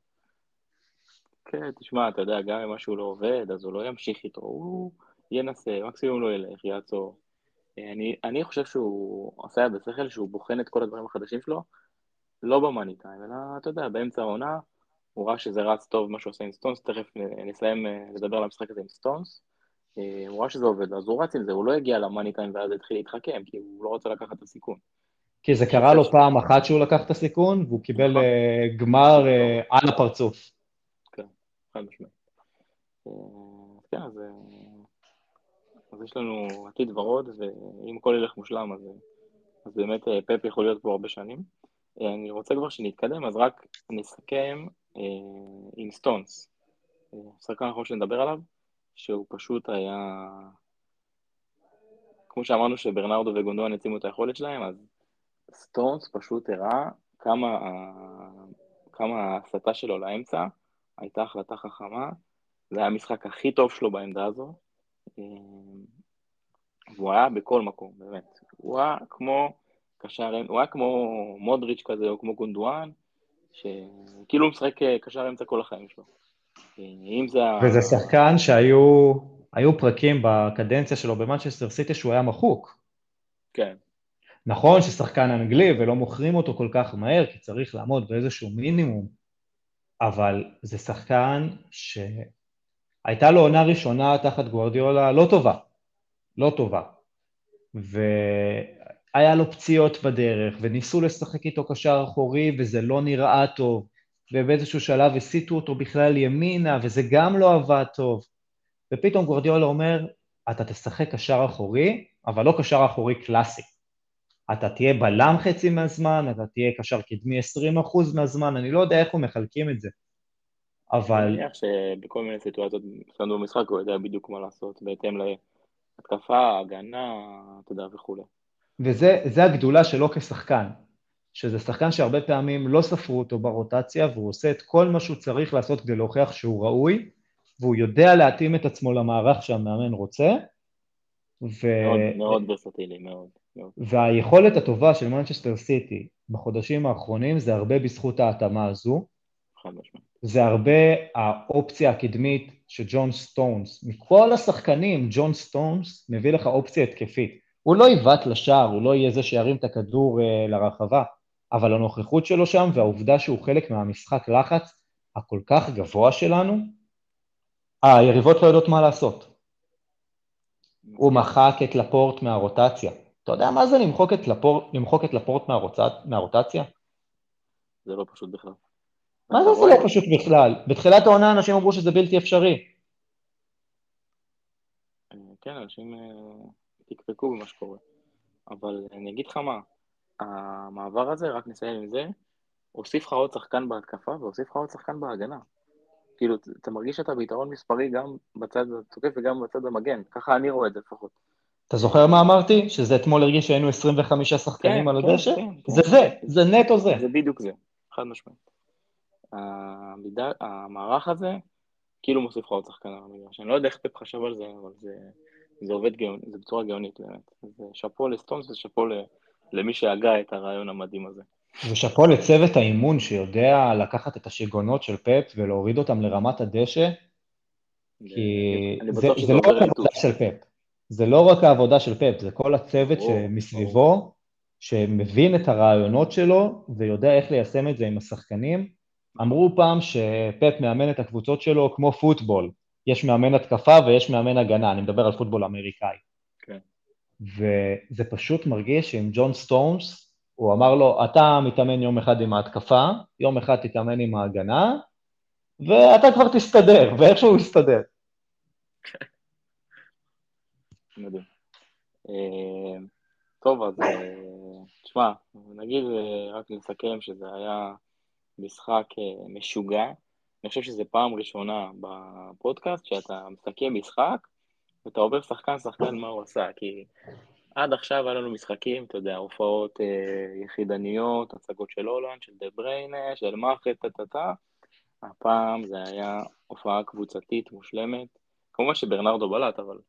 כן, תשמע, אתה יודע, גם אם משהו לא עובד, אז הוא לא ימשיך איתו, הוא ינסה, מקסימום לא ילך, יעצור. אני חושב שהוא עושה בשכל שהוא בוחן את כל הדברים החדשים שלו, לא במאני טיים, אלא, אתה יודע, באמצע העונה, הוא ראה שזה רץ טוב מה שהוא עושה עם סטונס, תכף נסיים לדבר על המשחק הזה עם סטונס, הוא ראה שזה עובד, אז הוא רץ עם זה, הוא לא הגיע למאני טיים ואז התחיל להתחכם, כי הוא לא רוצה לקחת את הסיכון. כי זה קרה לו פעם אחת שהוא לקח את הסיכון, והוא קיבל גמר על הפרצוף. כן, חד משמעית. כן, אז יש לנו עתיד ורוד, ואם הכל ילך מושלם, אז באמת פפ יכול להיות פה הרבה שנים. אני רוצה כבר שנתקדם, אז רק נסכם עם סטונס. שחקן האחרון שנדבר עליו, שהוא פשוט היה, כמו שאמרנו שברנרדו וגונדואן הצימו את היכולת שלהם, אז סטונס פשוט הראה כמה ההסתה שלו לאמצע, הייתה החלטה חכמה, זה היה המשחק הכי טוב שלו בעמדה הזו, והוא היה בכל מקום, באמת. הוא היה כמו מודריץ' כזה, או כמו גונדואן, שכאילו הוא משחק קשר אמצע כל החיים שלו. וזה שחקן שהיו פרקים בקדנציה שלו במנצ'סטר סיטי שהוא היה מחוק. כן. נכון ששחקן אנגלי ולא מוכרים אותו כל כך מהר, כי צריך לעמוד באיזשהו מינימום, אבל זה שחקן שהייתה לו עונה ראשונה תחת גוארדיולה לא טובה, והיה לו פציעות בדרך, וניסו לשחק איתו קשר אחורי, וזה לא נראה טוב, ובאיזשהו שלב הסיטו אותו בכלל ימינה, וזה גם לא עבד טוב, ופתאום גוארדיולה אומר, אתה תשחק קשר אחורי, אבל לא קשר אחורי קלאסי. אתה תהיה בלם חצי מהזמן, אתה תהיה קשר קדמי 20% מהזמן, אני לא יודע איך הוא מחלקים את זה. אבל... אני מניח שבכל מיני סיטואציות, שלנו במשחק, הוא יודע בדיוק מה לעשות, בהתאם להתקפה, הגנה, אתה יודע, וכו'. וזה הגדולה שלו כשחקן, שזה שחקן שהרבה פעמים לא ספרו אותו ברוטציה, והוא עושה את כל מה שהוא צריך לעשות כדי להוכיח שהוא ראוי, והוא יודע להתאים את עצמו למערך שהמאמן רוצה, מאוד ורסטילי, מאוד. והיכולת הטובה של מנצ'סטר סיטי בחודשים האחרונים זה הרבה בזכות ההתאמה הזו. חד משמעית. זה הרבה האופציה הקדמית של ג'ון סטונס. מכל השחקנים, ג'ון סטונס מביא לך אופציה התקפית. הוא לא יבט לשער, הוא לא יהיה זה שירים את הכדור לרחבה, אבל הנוכחות שלו שם והעובדה שהוא חלק מהמשחק לחץ הכל כך גבוה שלנו, היריבות לא יודעות מה לעשות. הוא מחק את לפורט מהרוטציה. אתה יודע מה זה למחוק את לפורט מהרוטציה? זה לא פשוט בכלל. מה זה לא פשוט בכלל? בתחילת העונה אנשים אמרו שזה בלתי אפשרי. כן, אנשים תקפקו במה שקורה. אבל אני אגיד לך מה, המעבר הזה, רק נסיים עם זה, הוסיף לך עוד שחקן בהתקפה והוסיף לך עוד שחקן בהגנה. כאילו, אתה מרגיש שאתה ביתרון מספרי גם בצד התוקף וגם בצד המגן. ככה אני רואה את זה לפחות. אתה זוכר מה אמרתי? שזה אתמול הרגיש שהיינו 25 שחקנים על הדשא? זה נטו זה. זה בדיוק זה, חד משמעית. המערך הזה, כאילו מוסיף לך עוד שחקן על המגרש. אני לא יודע איך פפ חשב על זה, אבל זה עובד גאוני, זה בצורה גאונית באמת. זה שפו לסטונס ושפו למי שהגה את הרעיון המדהים הזה. ושפו לצוות האימון שיודע לקחת את השיגונות של פפ ולהוריד אותם לרמת הדשא, כי זה לא רק העבודה של פפ. זה לא רק העבודה של פפ, זה כל הצוות שמסביבו, שמבין את הרעיונות שלו ויודע איך ליישם את זה עם השחקנים. אמרו פעם שפפ מאמן את הקבוצות שלו כמו פוטבול. יש מאמן התקפה ויש מאמן הגנה, אני מדבר על פוטבול אמריקאי. כן. וזה פשוט מרגיש שעם ג'ון סטונס, הוא אמר לו, אתה מתאמן יום אחד עם ההתקפה, יום אחד תתאמן עם ההגנה, ואתה כבר תסתדר, ואיכשהו הוא יסתדר. מדהים. טוב, אז תשמע, נגיד רק נסכם שזה היה משחק משוגע. אני חושב שזו פעם ראשונה בפודקאסט שאתה מסכם משחק, ואתה עובר שחקן מה הוא עשה, כי עד עכשיו היה לנו משחקים, אתה יודע, הופעות יחידניות, הצגות של הולנד, של דה בריינה, של מאחד, טטטה. הפעם זה היה הופעה קבוצתית מושלמת. כמובן שברנרדו בלט, אבל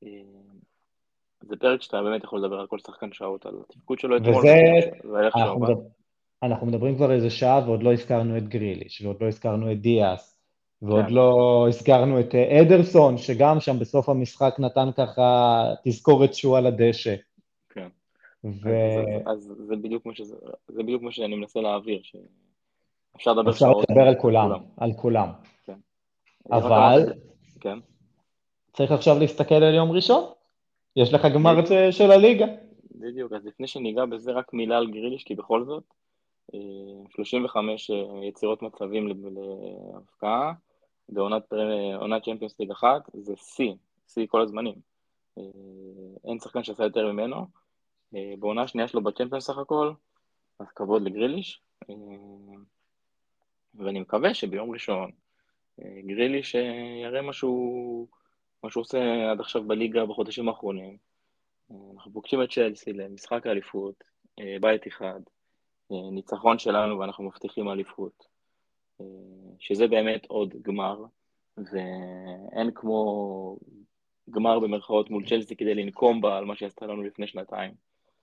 זה פרק שאתה באמת יכול לדבר על כל שחקן שעות, על התפקוד שלו אתמול, ואיך שהוא עבד. אנחנו מדברים כבר איזה שעה, ועוד לא הזכרנו את גריליש, ועוד לא הזכרנו את דיאס, ועוד כן. לא הזכרנו את אדרסון, שגם שם בסוף המשחק נתן ככה תזכורת שהוא על הדשא. כן. אז זה בדיוק מה שאני מנסה להעביר, שאפשר לדבר שעות. אפשר לדבר על כולם. כן. אבל כן. צריך עכשיו להסתכל על יום ראשון. יש לך גמר של הליגה. בדיוק, אז לפני שניגע בזה רק מילה על גריליש, כי בכל זאת, 35 יצירות מצבים להפקעה, בעונת צ'מפיונס ליג 1, זה שיא כל הזמנים. אין שחקן שעשה יותר ממנו. בעונה השנייה שלו בצ'מפיונס סך הכל, אז כבוד לגריליש. ואני מקווה שביום ראשון גריליש יראה מה שהוא עושה עד עכשיו בליגה בחודשים האחרונים. אנחנו פוגשים את צ'לסי למשחק האליפות, בית אחד, ניצחון שלנו ואנחנו מבטיחים אליפות, שזה באמת עוד גמר, ואין כמו גמר במרכאות מול צ'לסי כדי לנקום בה על מה שעשתה לנו לפני שנתיים.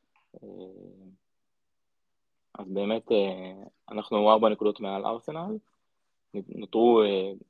אז באמת אנחנו 4 נקודות מעל ארסנל, נותרו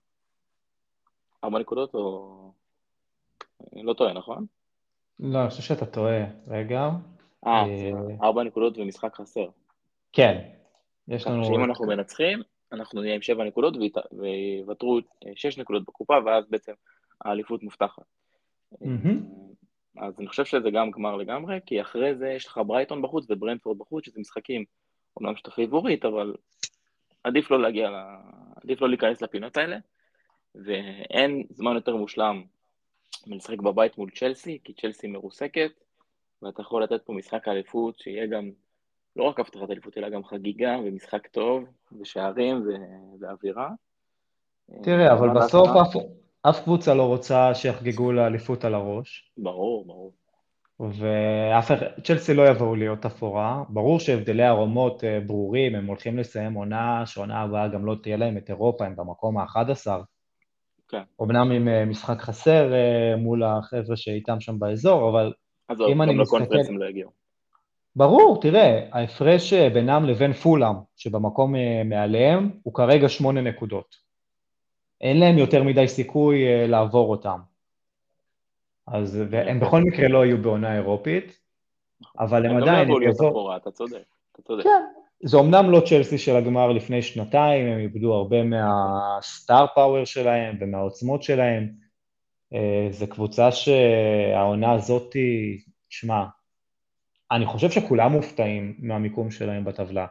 4 נקודות או... לא טועה, נכון? לא, אני חושב שאתה טועה. רגע. 4 נקודות ומשחק חסר. כן. יש לנו... שאם אנחנו מנצחים, אנחנו נהיה עם 7 נקודות ויוותרו 6 נקודות בקופה, ואז בעצם האליפות מובטחת. אז אני חושב שזה גם גמר לגמרי, כי אחרי זה יש לך ברייטון בחוץ וברנטפורד בחוץ, שזה משחקים, אומנם שאתה פיבורית, אבל עדיף לא להיכנס לפינות האלה, ואין זמן יותר מושלם מלשחק בבית מול צ'לסי, כי צ'לסי מרוסקת, ואתה יכול לתת פה משחק האליפות, שיהיה גם לא רק הבטחת אליפות, אלא גם חגיגה ומשחק טוב, ושערים ואווירה. תראה, אבל בסוף אף קבוצה לא רוצה שיחגגו לאליפות על הראש. ברור. צ'לסי לא יבואו להיות אפורה. ברור שהבדלי הרמות ברורים, הם הולכים לסיים עונה, שעונה הבאה גם לא תהיה להם את אירופה, הם במקום ה-11. כן. אמנם עם משחק חסר מול החבר'ה שאיתם שם באזור, אבל אם אני מסתכל... גם לקונפרנסים לא הגיעו. ברור, תראה, ההפרש בינם לבין פולאם, שבמקום מעליהם, הוא כרגע 8 נקודות. אין להם יותר מדי סיכוי לעבור אותם. אז הם בכל מקרה לא היו בעונה אירופית, אבל הם עדיין... הם גם לא להיות אפורה, אתה צודק. כן, זה אומנם לא צ'לסי של הגמר לפני שנתיים, הם איבדו הרבה מהסטאר פאוור שלהם ומהעוצמות שלהם. זו קבוצה שהעונה הזאת, תשמע, אני חושב שכולם מופתעים מהמיקום שלהם בטבלה.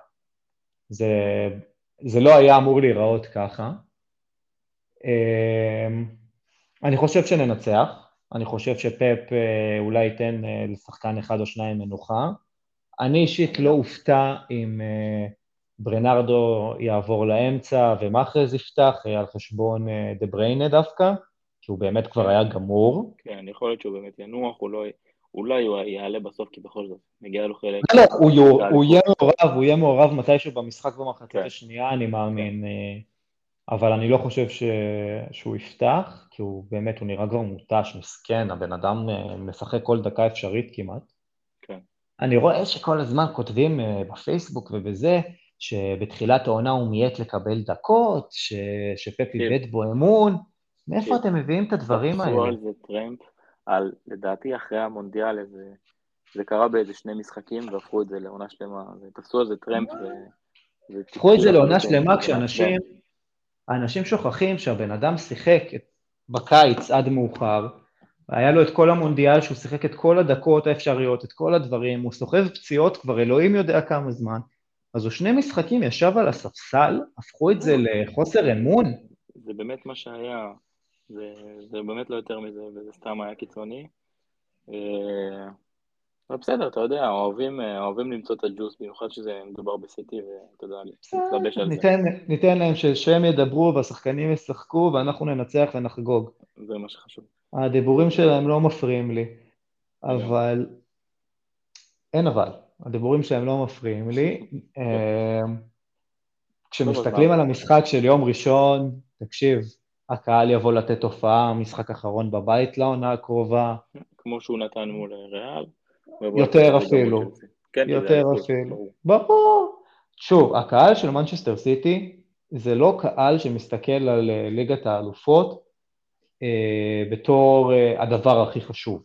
זה לא היה אמור להיראות ככה. אני חושב שננצח, אני חושב שפפ אולי ייתן לשחקן אחד או שניים מנוחה. אני אישית לא אופתע אם ברנרדו יעבור לאמצע ומאחרז יפתח על חשבון דה בריינה דווקא, כי הוא באמת כבר היה גמור. כן, יכול להיות שהוא באמת ינוח, אולי הוא יעלה בסוף, כי בכל זאת מגיע לו חלק. לא, הוא יהיה מעורב מתישהו במשחק במחצית השנייה, אני מאמין, אבל אני לא חושב שהוא יפתח, כי הוא באמת, הוא נראה כבר מוטש, מסכן, הבן אדם משחק כל דקה אפשרית כמעט. כן. אני רואה שכל הזמן כותבים בפייסבוק ובזה, שבתחילת העונה הוא מייט לקבל דקות, שפפ איבד בו אמון. מאיפה אתם מביאים את הדברים האלה? תפסו על זה טרמפ, לדעתי אחרי המונדיאל, זה קרה באיזה 2 משחקים, והפכו את זה לעונה שלמה. תפסו על זה טרמפ הפכו את זה לעונה שלמה כשאנשים שוכחים שהבן אדם שיחק בקיץ עד מאוחר, היה לו את כל המונדיאל שהוא שיחק את כל הדקות האפשריות, את כל הדברים, הוא סוחב פציעות כבר אלוהים יודע כמה זמן, אז הוא 2 משחקים ישב על הספסל, הפכו את זה לחוסר אמון. זה באמת מה שהיה, זה באמת לא יותר מזה, וזה סתם היה קיצוני. אבל בסדר, אתה יודע, אוהבים למצוא את הג'וס, במיוחד שזה מדובר בסיטי, ואתה יודע, להתלבש על זה. ניתן להם שהם ידברו והשחקנים ישחקו ואנחנו ננצח ונחגוג. זה מה שחשוב. הדיבורים שלהם לא מפריעים לי, לגמרי. אבל אין אבל, הדיבורים שלהם לא מפריעים לי. כשמסתכלים על המשחק של יום ראשון, תקשיב, הקהל יבוא לתת הופעה, משחק אחרון בבית לעונה הקרובה. כמו שהוא נתן מול ריאל. יותר אפילו. כן, יותר אפילו. ברור. שוב, הקהל של מנצ'סטר סיטי, זה לא קהל שמסתכל על ליגת האלופות בתור הדבר הכי חשוב.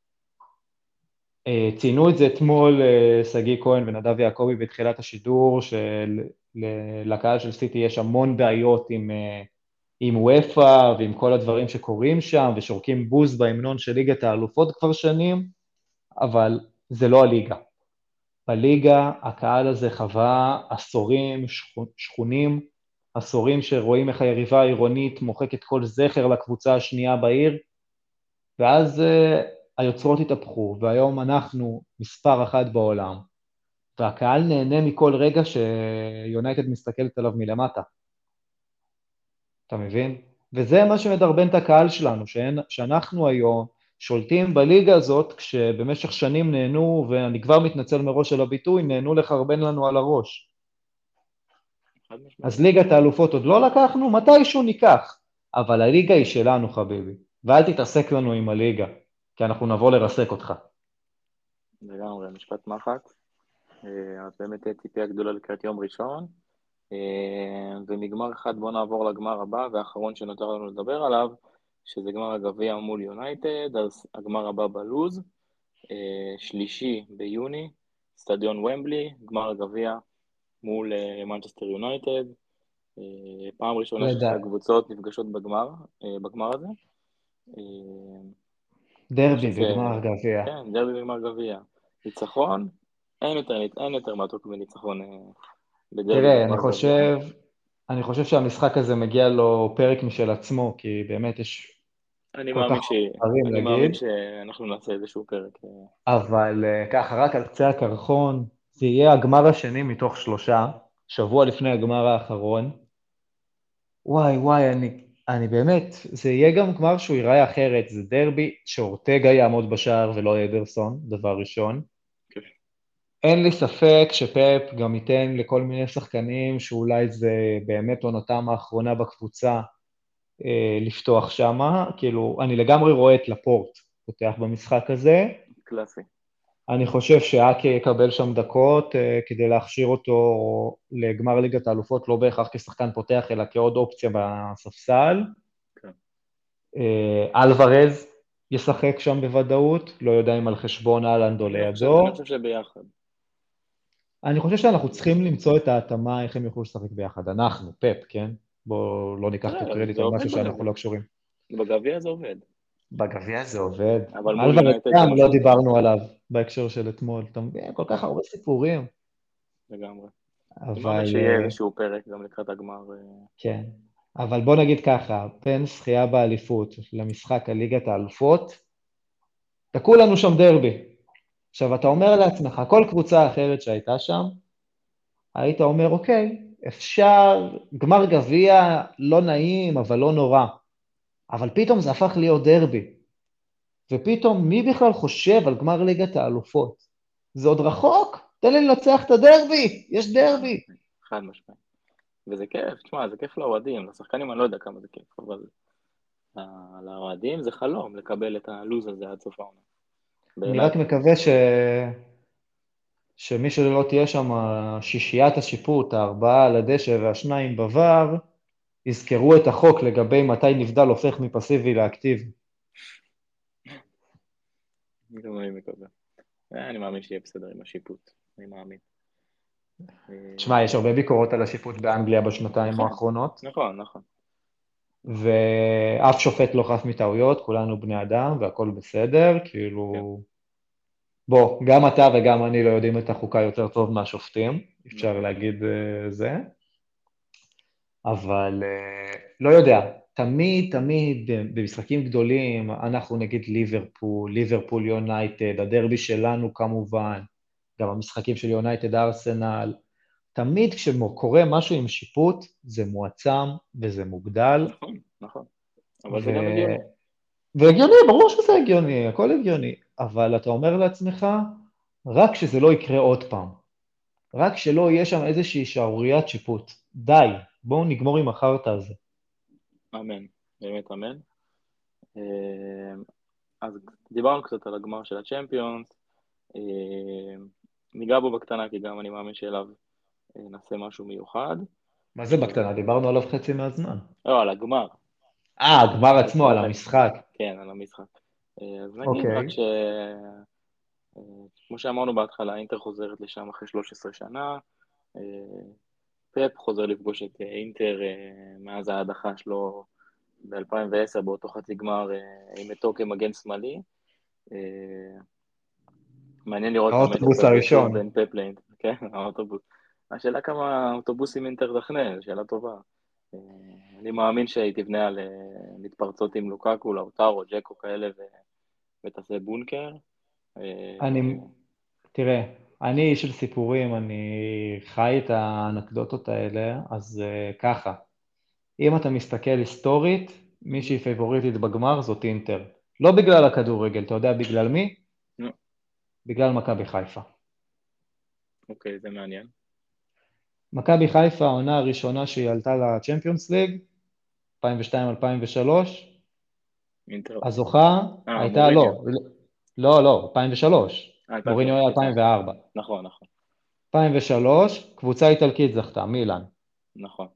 ציינו את זה אתמול סגי כהן ונדב יעקבי בתחילת השידור, שלקהל של סיטי יש המון בעיות עם וופא ועם כל הדברים שקורים שם, ושורקים בוז בהמנון של ליגת האלופות כבר שנים, אבל זה לא הליגה. בליגה הקהל הזה חווה עשורים שכונים, עשורים שרואים איך היריבה העירונית מוחקת כל זכר לקבוצה השנייה בעיר, ואז היוצרות התהפכו, והיום אנחנו מספר 1 בעולם, והקהל נהנה מכל רגע שיונייטד מסתכלת עליו מלמטה. אתה מבין? וזה מה שמדרבן את הקהל שלנו, שאנחנו היום שולטים בליגה הזאת, כשבמשך שנים נהנו, ואני כבר מתנצל מראש על הביטוי, נהנו לחרבן לנו על הראש. אז ליגת האלופות עוד לא לקחנו, מתישהו ניקח, אבל הליגה היא שלנו חביבי, ואל תתעסק לנו עם הליגה, כי אנחנו נבוא לרסק אותך. לגמרי, משפט מחץ. אז באמת ציפייה גדולה לקראת יום ראשון, ומגמר אחד בוא נעבור לגמר הבא, והאחרון שנותר לנו לדבר עליו, שזה גמר הגביע מול יונייטד, אז הגמר הבא בלוז, 3 ביוני, סטדיון ומבלי, גמר הגביע מול מנצ'סטר יונייטד, פעם ראשונה ששתי הקבוצות נפגשות בגמר הזה. דרבי בגמר גביע. כן, דרבי בגמר גביע. ניצחון, אין יותר מתוק מניצחון בדרבי בגמר גביע. תראה, אני חושב שהמשחק הזה מגיע לו פרק משל עצמו, כי באמת יש כל כך דברים להגיד. אני מאמין שאנחנו נעשה איזשהו פרק. אבל ככה, רק על קצה הקרחון, זה יהיה הגמר השני מתוך 3, שבוע לפני הגמר האחרון. וואי, אני באמת, זה יהיה גם גמר שהוא ייראה אחרת, זה דרבי שאורטגה יעמוד בשער ולא אדרסון, דבר ראשון. אין לי ספק שפפ גם ייתן לכל מיני שחקנים שאולי זה באמת עונתם האחרונה בקבוצה לפתוח שמה, כאילו אני לגמרי רואה את לפורט פותח במשחק הזה. קלאסי. אני חושב שאקי יקבל שם דקות כדי להכשיר אותו לגמר ליגת האלופות, לא בהכרח כשחקן פותח אלא כעוד אופציה בספסל. כן. אלוורז ישחק שם בוודאות, לא יודע אם על חשבון אלנד או לידו. אני חושב שביחד. אני חושב שאנחנו צריכים למצוא את ההתאמה, איך הם יוכלו לשחק ביחד. אנחנו, פפ, כן? בואו לא ניקח את הקרדיט על משהו שאנחנו לא קשורים. בגביע זה עובד. בגביע זה עובד. אלוורז גם לא דיברנו עליו בהקשר של אתמול. אתה מבין, כל כך הרבה סיפורים. לגמרי. אבל... שיהיה איזשהו פרק גם לקראת הגמר. כן. אבל בוא נגיד ככה, בין זכייה באליפות למשחק הליגת האלופות, תקעו לנו שם דרבי. עכשיו, אתה אומר לעצמך, כל קבוצה אחרת שהייתה שם, היית אומר, אוקיי, אפשר, גמר גביע לא נעים, אבל לא נורא. אבל פתאום זה הפך להיות דרבי. ופתאום מי בכלל חושב על גמר ליגת האלופות? זה עוד רחוק? תן לי לנצח את הדרבי, יש דרבי. חד משמעית. וזה כיף, תשמע, זה כיף לאוהדים, לשחקנים אני לא יודע כמה זה כיף, אבל לאוהדים זה חלום לקבל את הלוז הזה עד סוף העונה. אני רק מקווה שמי שלא תהיה שם, שישיית השיפוט, 4 על הדשא וה2 בבר, יזכרו את החוק לגבי מתי נבדל הופך מפסיבי לאקטיבי. גם אני מקווה. אני מאמין שיהיה בסדר עם השיפוט, אני מאמין. תשמע, יש הרבה ביקורות על השיפוט באנגליה בשנתיים האחרונות. נכון. ואף שופט לא חף מטעויות, כולנו בני אדם והכל בסדר, כן, כאילו, בוא, גם אתה וגם אני לא יודעים את החוקה יותר טוב מהשופטים, אפשר נכון. להגיד זה, אבל לא יודע, תמיד במשחקים גדולים, אנחנו נגיד ליברפול, ליברפול יונייטד, הדרבי שלנו כמובן, גם המשחקים של יונייטד ארסנל, תמיד כשקורה משהו עם שיפוט, זה מועצם וזה מוגדל, נכון, נכון. אבל ו... זה גם הגיוני. והגיוני, ברור שזה הגיוני, הכל הגיוני, אבל אתה אומר לעצמך, רק שזה לא יקרה עוד פעם, רק שלא יהיה שם איזושהי שערוריית שיפוט. די, בואו נגמור עם החרטא הזה. אמן, באמת אמן. אה, אז דיברנו קצת על הגמר של הצ'מפיונס, ניגע בו בקטנה, כי גם אני מאמין שאליו נעשה משהו מיוחד. מה זה בקטנה? דיברנו עליו חצי מהזמן. לא, על הגמר. הגמר על עצמו, על תחילת המשחק. כן, על המשחק. אז נגיד רק אוקיי. כמו שאמרנו בהתחלה, אינטר חוזרת לשם אחרי 13 שנה, אה, פפ חוזר לפגוש את אינטר מאז ההדחה שלו ב-2010 באותו חצי גמר עם אתו כמגן שמאלי. אה, מעניין לראות באמת את האוטובוס הקישור הראשון. בין פפ לאינטר, כן, האוטובוס. השאלה כמה אוטובוסים אינטר תכנה, שאלה טובה. אה, אני מאמין שהיא תבנה על מתפרצות עם לוקאקו, לאוטרו, ג'קו כאלה ותעשה בונקר. אני, אה, תראה, אני איש של סיפורים, אני חי את האנקדוטות האלה, אז ככה, אם אתה מסתכל היסטורית, מי שהיא פייבוריטית בגמר זאת אינטר. לא בגלל הכדורגל, אתה יודע בגלל מי? נו, בגלל מכבי חיפה. אוקיי, זה מעניין. מכבי חיפה, העונה הראשונה שהיא עלתה לצ'מפיונס ליג, 2002-2003, אינטר. הזוכה הייתה, מוריניו. לא, 2003, 2003, מוריניו היה סליחה. 2004. נכון, נכון, 2003, קבוצה איטלקית זכתה, מילאן. נכון.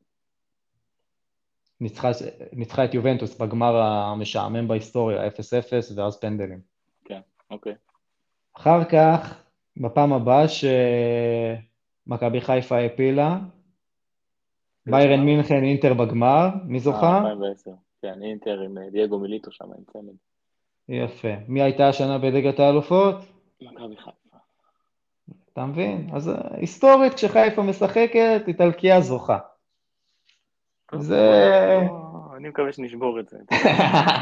ניצחה את יובנטוס בגמר המשעמם בהיסטוריה, 0-0 ואז פנדלים. כן, אוקיי. אחר כך, בפעם הבאה שמכבי חיפה העפילה, איזה ביירן שנה? מינכן אינטר בגמר, מי זוכה? 2010. כן, אינטר עם דייגו מיליטו שם, עם צמד. יפה. מי הייתה השנה בליגת האלופות? מכבי חיפה. אתה מבין? אז היסטורית כשחיפה משחקת, איטלקיה זוכה. טוב, זה... אני מקווה שנשבור את זה, אתה יודע.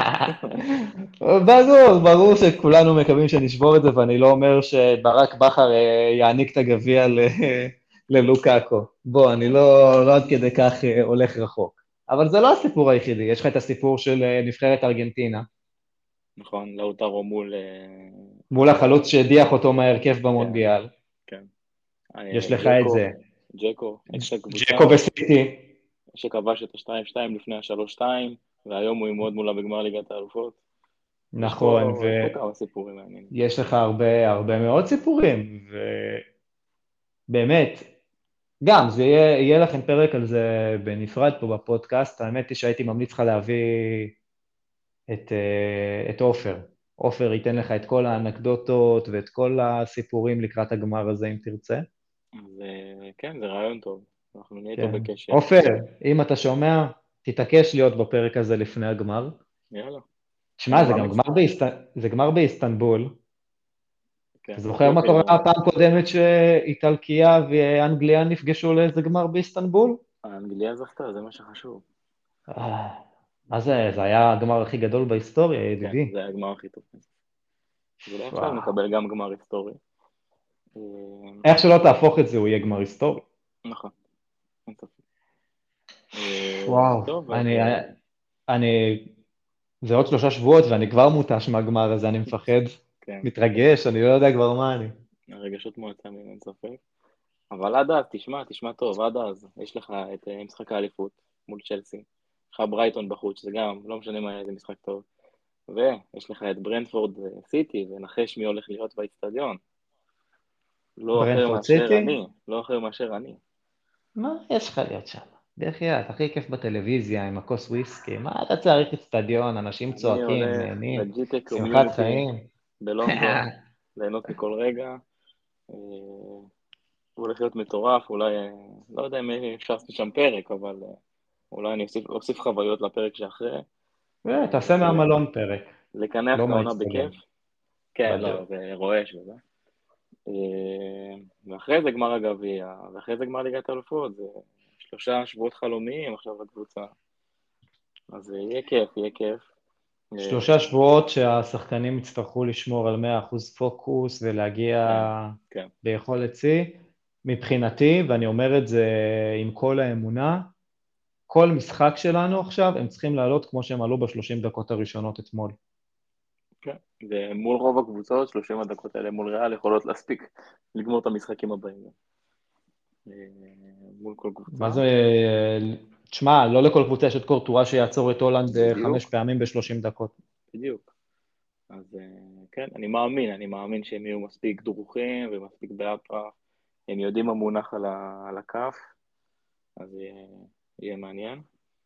ברור שכולנו מקווים שנשבור את זה, ואני לא אומר שברק בכר יעניק את הגביע ללוקאקו. בוא, אני לא עד כדי כך הולך רחוק. אבל זה לא הסיפור היחידי, יש לך את הסיפור של נבחרת ארגנטינה, נכון, לאוטרו מול... מול החלוץ שהדיח אותו מהרכב כן, במונדיאל. כן. יש לך את ג'קו, זה. ג'קו, אקס הקבוצה, ג'קו וסיטי. שכבש את ה-2-2 לפני ה-3-2, והיום הוא יעמוד מולה בגמר ליגת האלופות. נכון, יש פה כמה סיפורים מעניינים. ויש לך הרבה מאוד סיפורים, ובאמת, גם, זה יהיה לכם פרק על זה בנפרד פה בפודקאסט, האמת היא שהייתי ממליץ לך להביא את עופר. עופר ייתן לך את כל האנקדוטות ואת כל הסיפורים לקראת הגמר הזה, אם תרצה. אז כן, זה רעיון טוב. אנחנו נהיה איתו כן. בקשר. עופר, אם אתה שומע, תתעקש להיות בפרק הזה לפני הגמר. יאללה. שמע, אני זה גם ממליץ. זה גמר באיסטנבול. כן, אתה זוכר בטוח מה קרה הפעם קודמת שאיטלקיה ואנגליה נפגשו לאיזה גמר באיסטנבול? האנגליה זכתה, זה מה שחשוב. מה זה? זה היה הגמר הכי גדול בהיסטוריה, כן, ידידי. זה היה הגמר הכי טוב. אז אולי עכשיו וואו. נקבל גם גמר היסטורי. אה, איך שלא תהפוך את זה, הוא יהיה גמר היסטורי. נכון, אין ספק. וואו, טוב, אז אני, זה עוד 3 שבועות ואני כבר מותש מהגמר הזה, אני מפחד, כן, מתרגש, אני לא יודע כבר מה אני. הרגשות מועצמים, אין ספק. אבל עד אז, תשמע טוב, עד אז, יש לך את משחק האליפות מול צ'לסי. יש לך ברייטון בחוץ, שזה גם, לא משנה מה, זה משחק טוב. ויש לך את ברנדפורד סיטי, ונחש מי הולך להיות באצטדיון. לא אחר ברנפורד מאשר סיטי? אני, לא אחר מאשר אני. מה יש לך להיות שם? בחייאת, הכי כיף בטלוויזיה עם הכוס וויסקי, מה אתה צריך אצטדיון, אנשים אני צועקים, הולך נהנים, לג'יטק שמחת קומיוניטי חיים. בלונדון, ליהנות מכל רגע. הוא הולך להיות מטורף, אולי, לא יודע אם אפשר לעשות שם פרק, אבל אולי אני אוסיף חוויות לפרק שאחרי. תעשה מהמלון פרק, לקנח לא את העונה מהאצטדיון. בכיף. כן, לא, בדיוק. זה רועש וזה. ואחרי זה גמר הגביע, ואחרי זה גמר ליגת האלופות, זה 3 שבועות חלומיים עכשיו לקבוצה. אז יהיה כיף, יהיה כיף. 3 שבועות שהשחקנים יצטרכו לשמור על 100% פוקוס ולהגיע כן, כן. ביכולת שיא. מבחינתי, ואני אומר את זה עם כל האמונה, כל משחק שלנו עכשיו, הם צריכים לעלות כמו שהם עלו ב-30 דקות הראשונות אתמול. כן, ומול רוב הקבוצות, 30 הדקות האלה מול ריאל יכולות להספיק לגמור את המשחקים הבאים. מול כל קבוצה. מה זה, תשמע, לא לכל קבוצה יש את קורטואה שיעצור את הולנד 5 פעמים ב-30 דקות. בדיוק. אז כן, אני מאמין שהם יהיו מספיק דרוכים ומספיק באטרף, הם יודעים מה מונח על הכף, אז יהיה מעניין.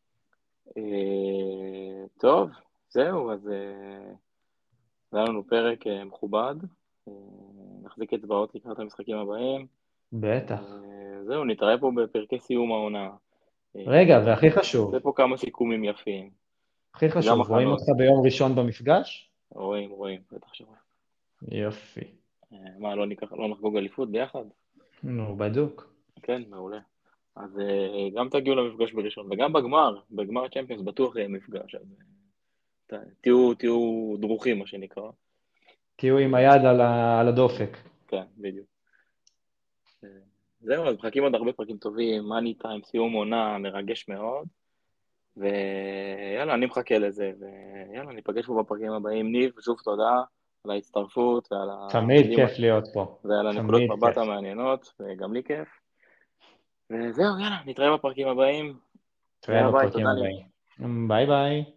טוב, זהו, אז זה היה לנו פרק מכובד, נחזיק אצבעות לקראת המשחקים הבאים. בטח. זהו, נתראה פה בפרקי סיום העונה. רגע, והכי חשוב. נעשה פה כמה סיכומים יפים. הכי חשוב, רואים אותך ביום ראשון במפגש? רואים, בטח שרואים. יופי. מה, לא נחגוג אליפות ביחד? נו, בדוק. כן, מעולה. אז גם תגיעו למפגש בראשון, וגם בגמר הצ'מפיונס בטוח יהיה מפגש, אז תהיו דרוכים, מה שנקרא. תהיו עם היד על הדופק. כן, בדיוק. זהו, אז מחכים עוד הרבה פרקים טובים, מאני טיים, סיום עונה, מרגש מאוד, ויאללה, אני מחכה לזה, ויאללה, ניפגש פה בפרקים הבאים. ניב, שוב תודה על ההצטרפות ועל תמיד כיף להיות פה. ועל הנקודות מבט המעניינות, וגם לי כיף. וזהו, יאללה, נתראה בפרקים הבאים. נתראה בפרקים הבאים. ביי ביי.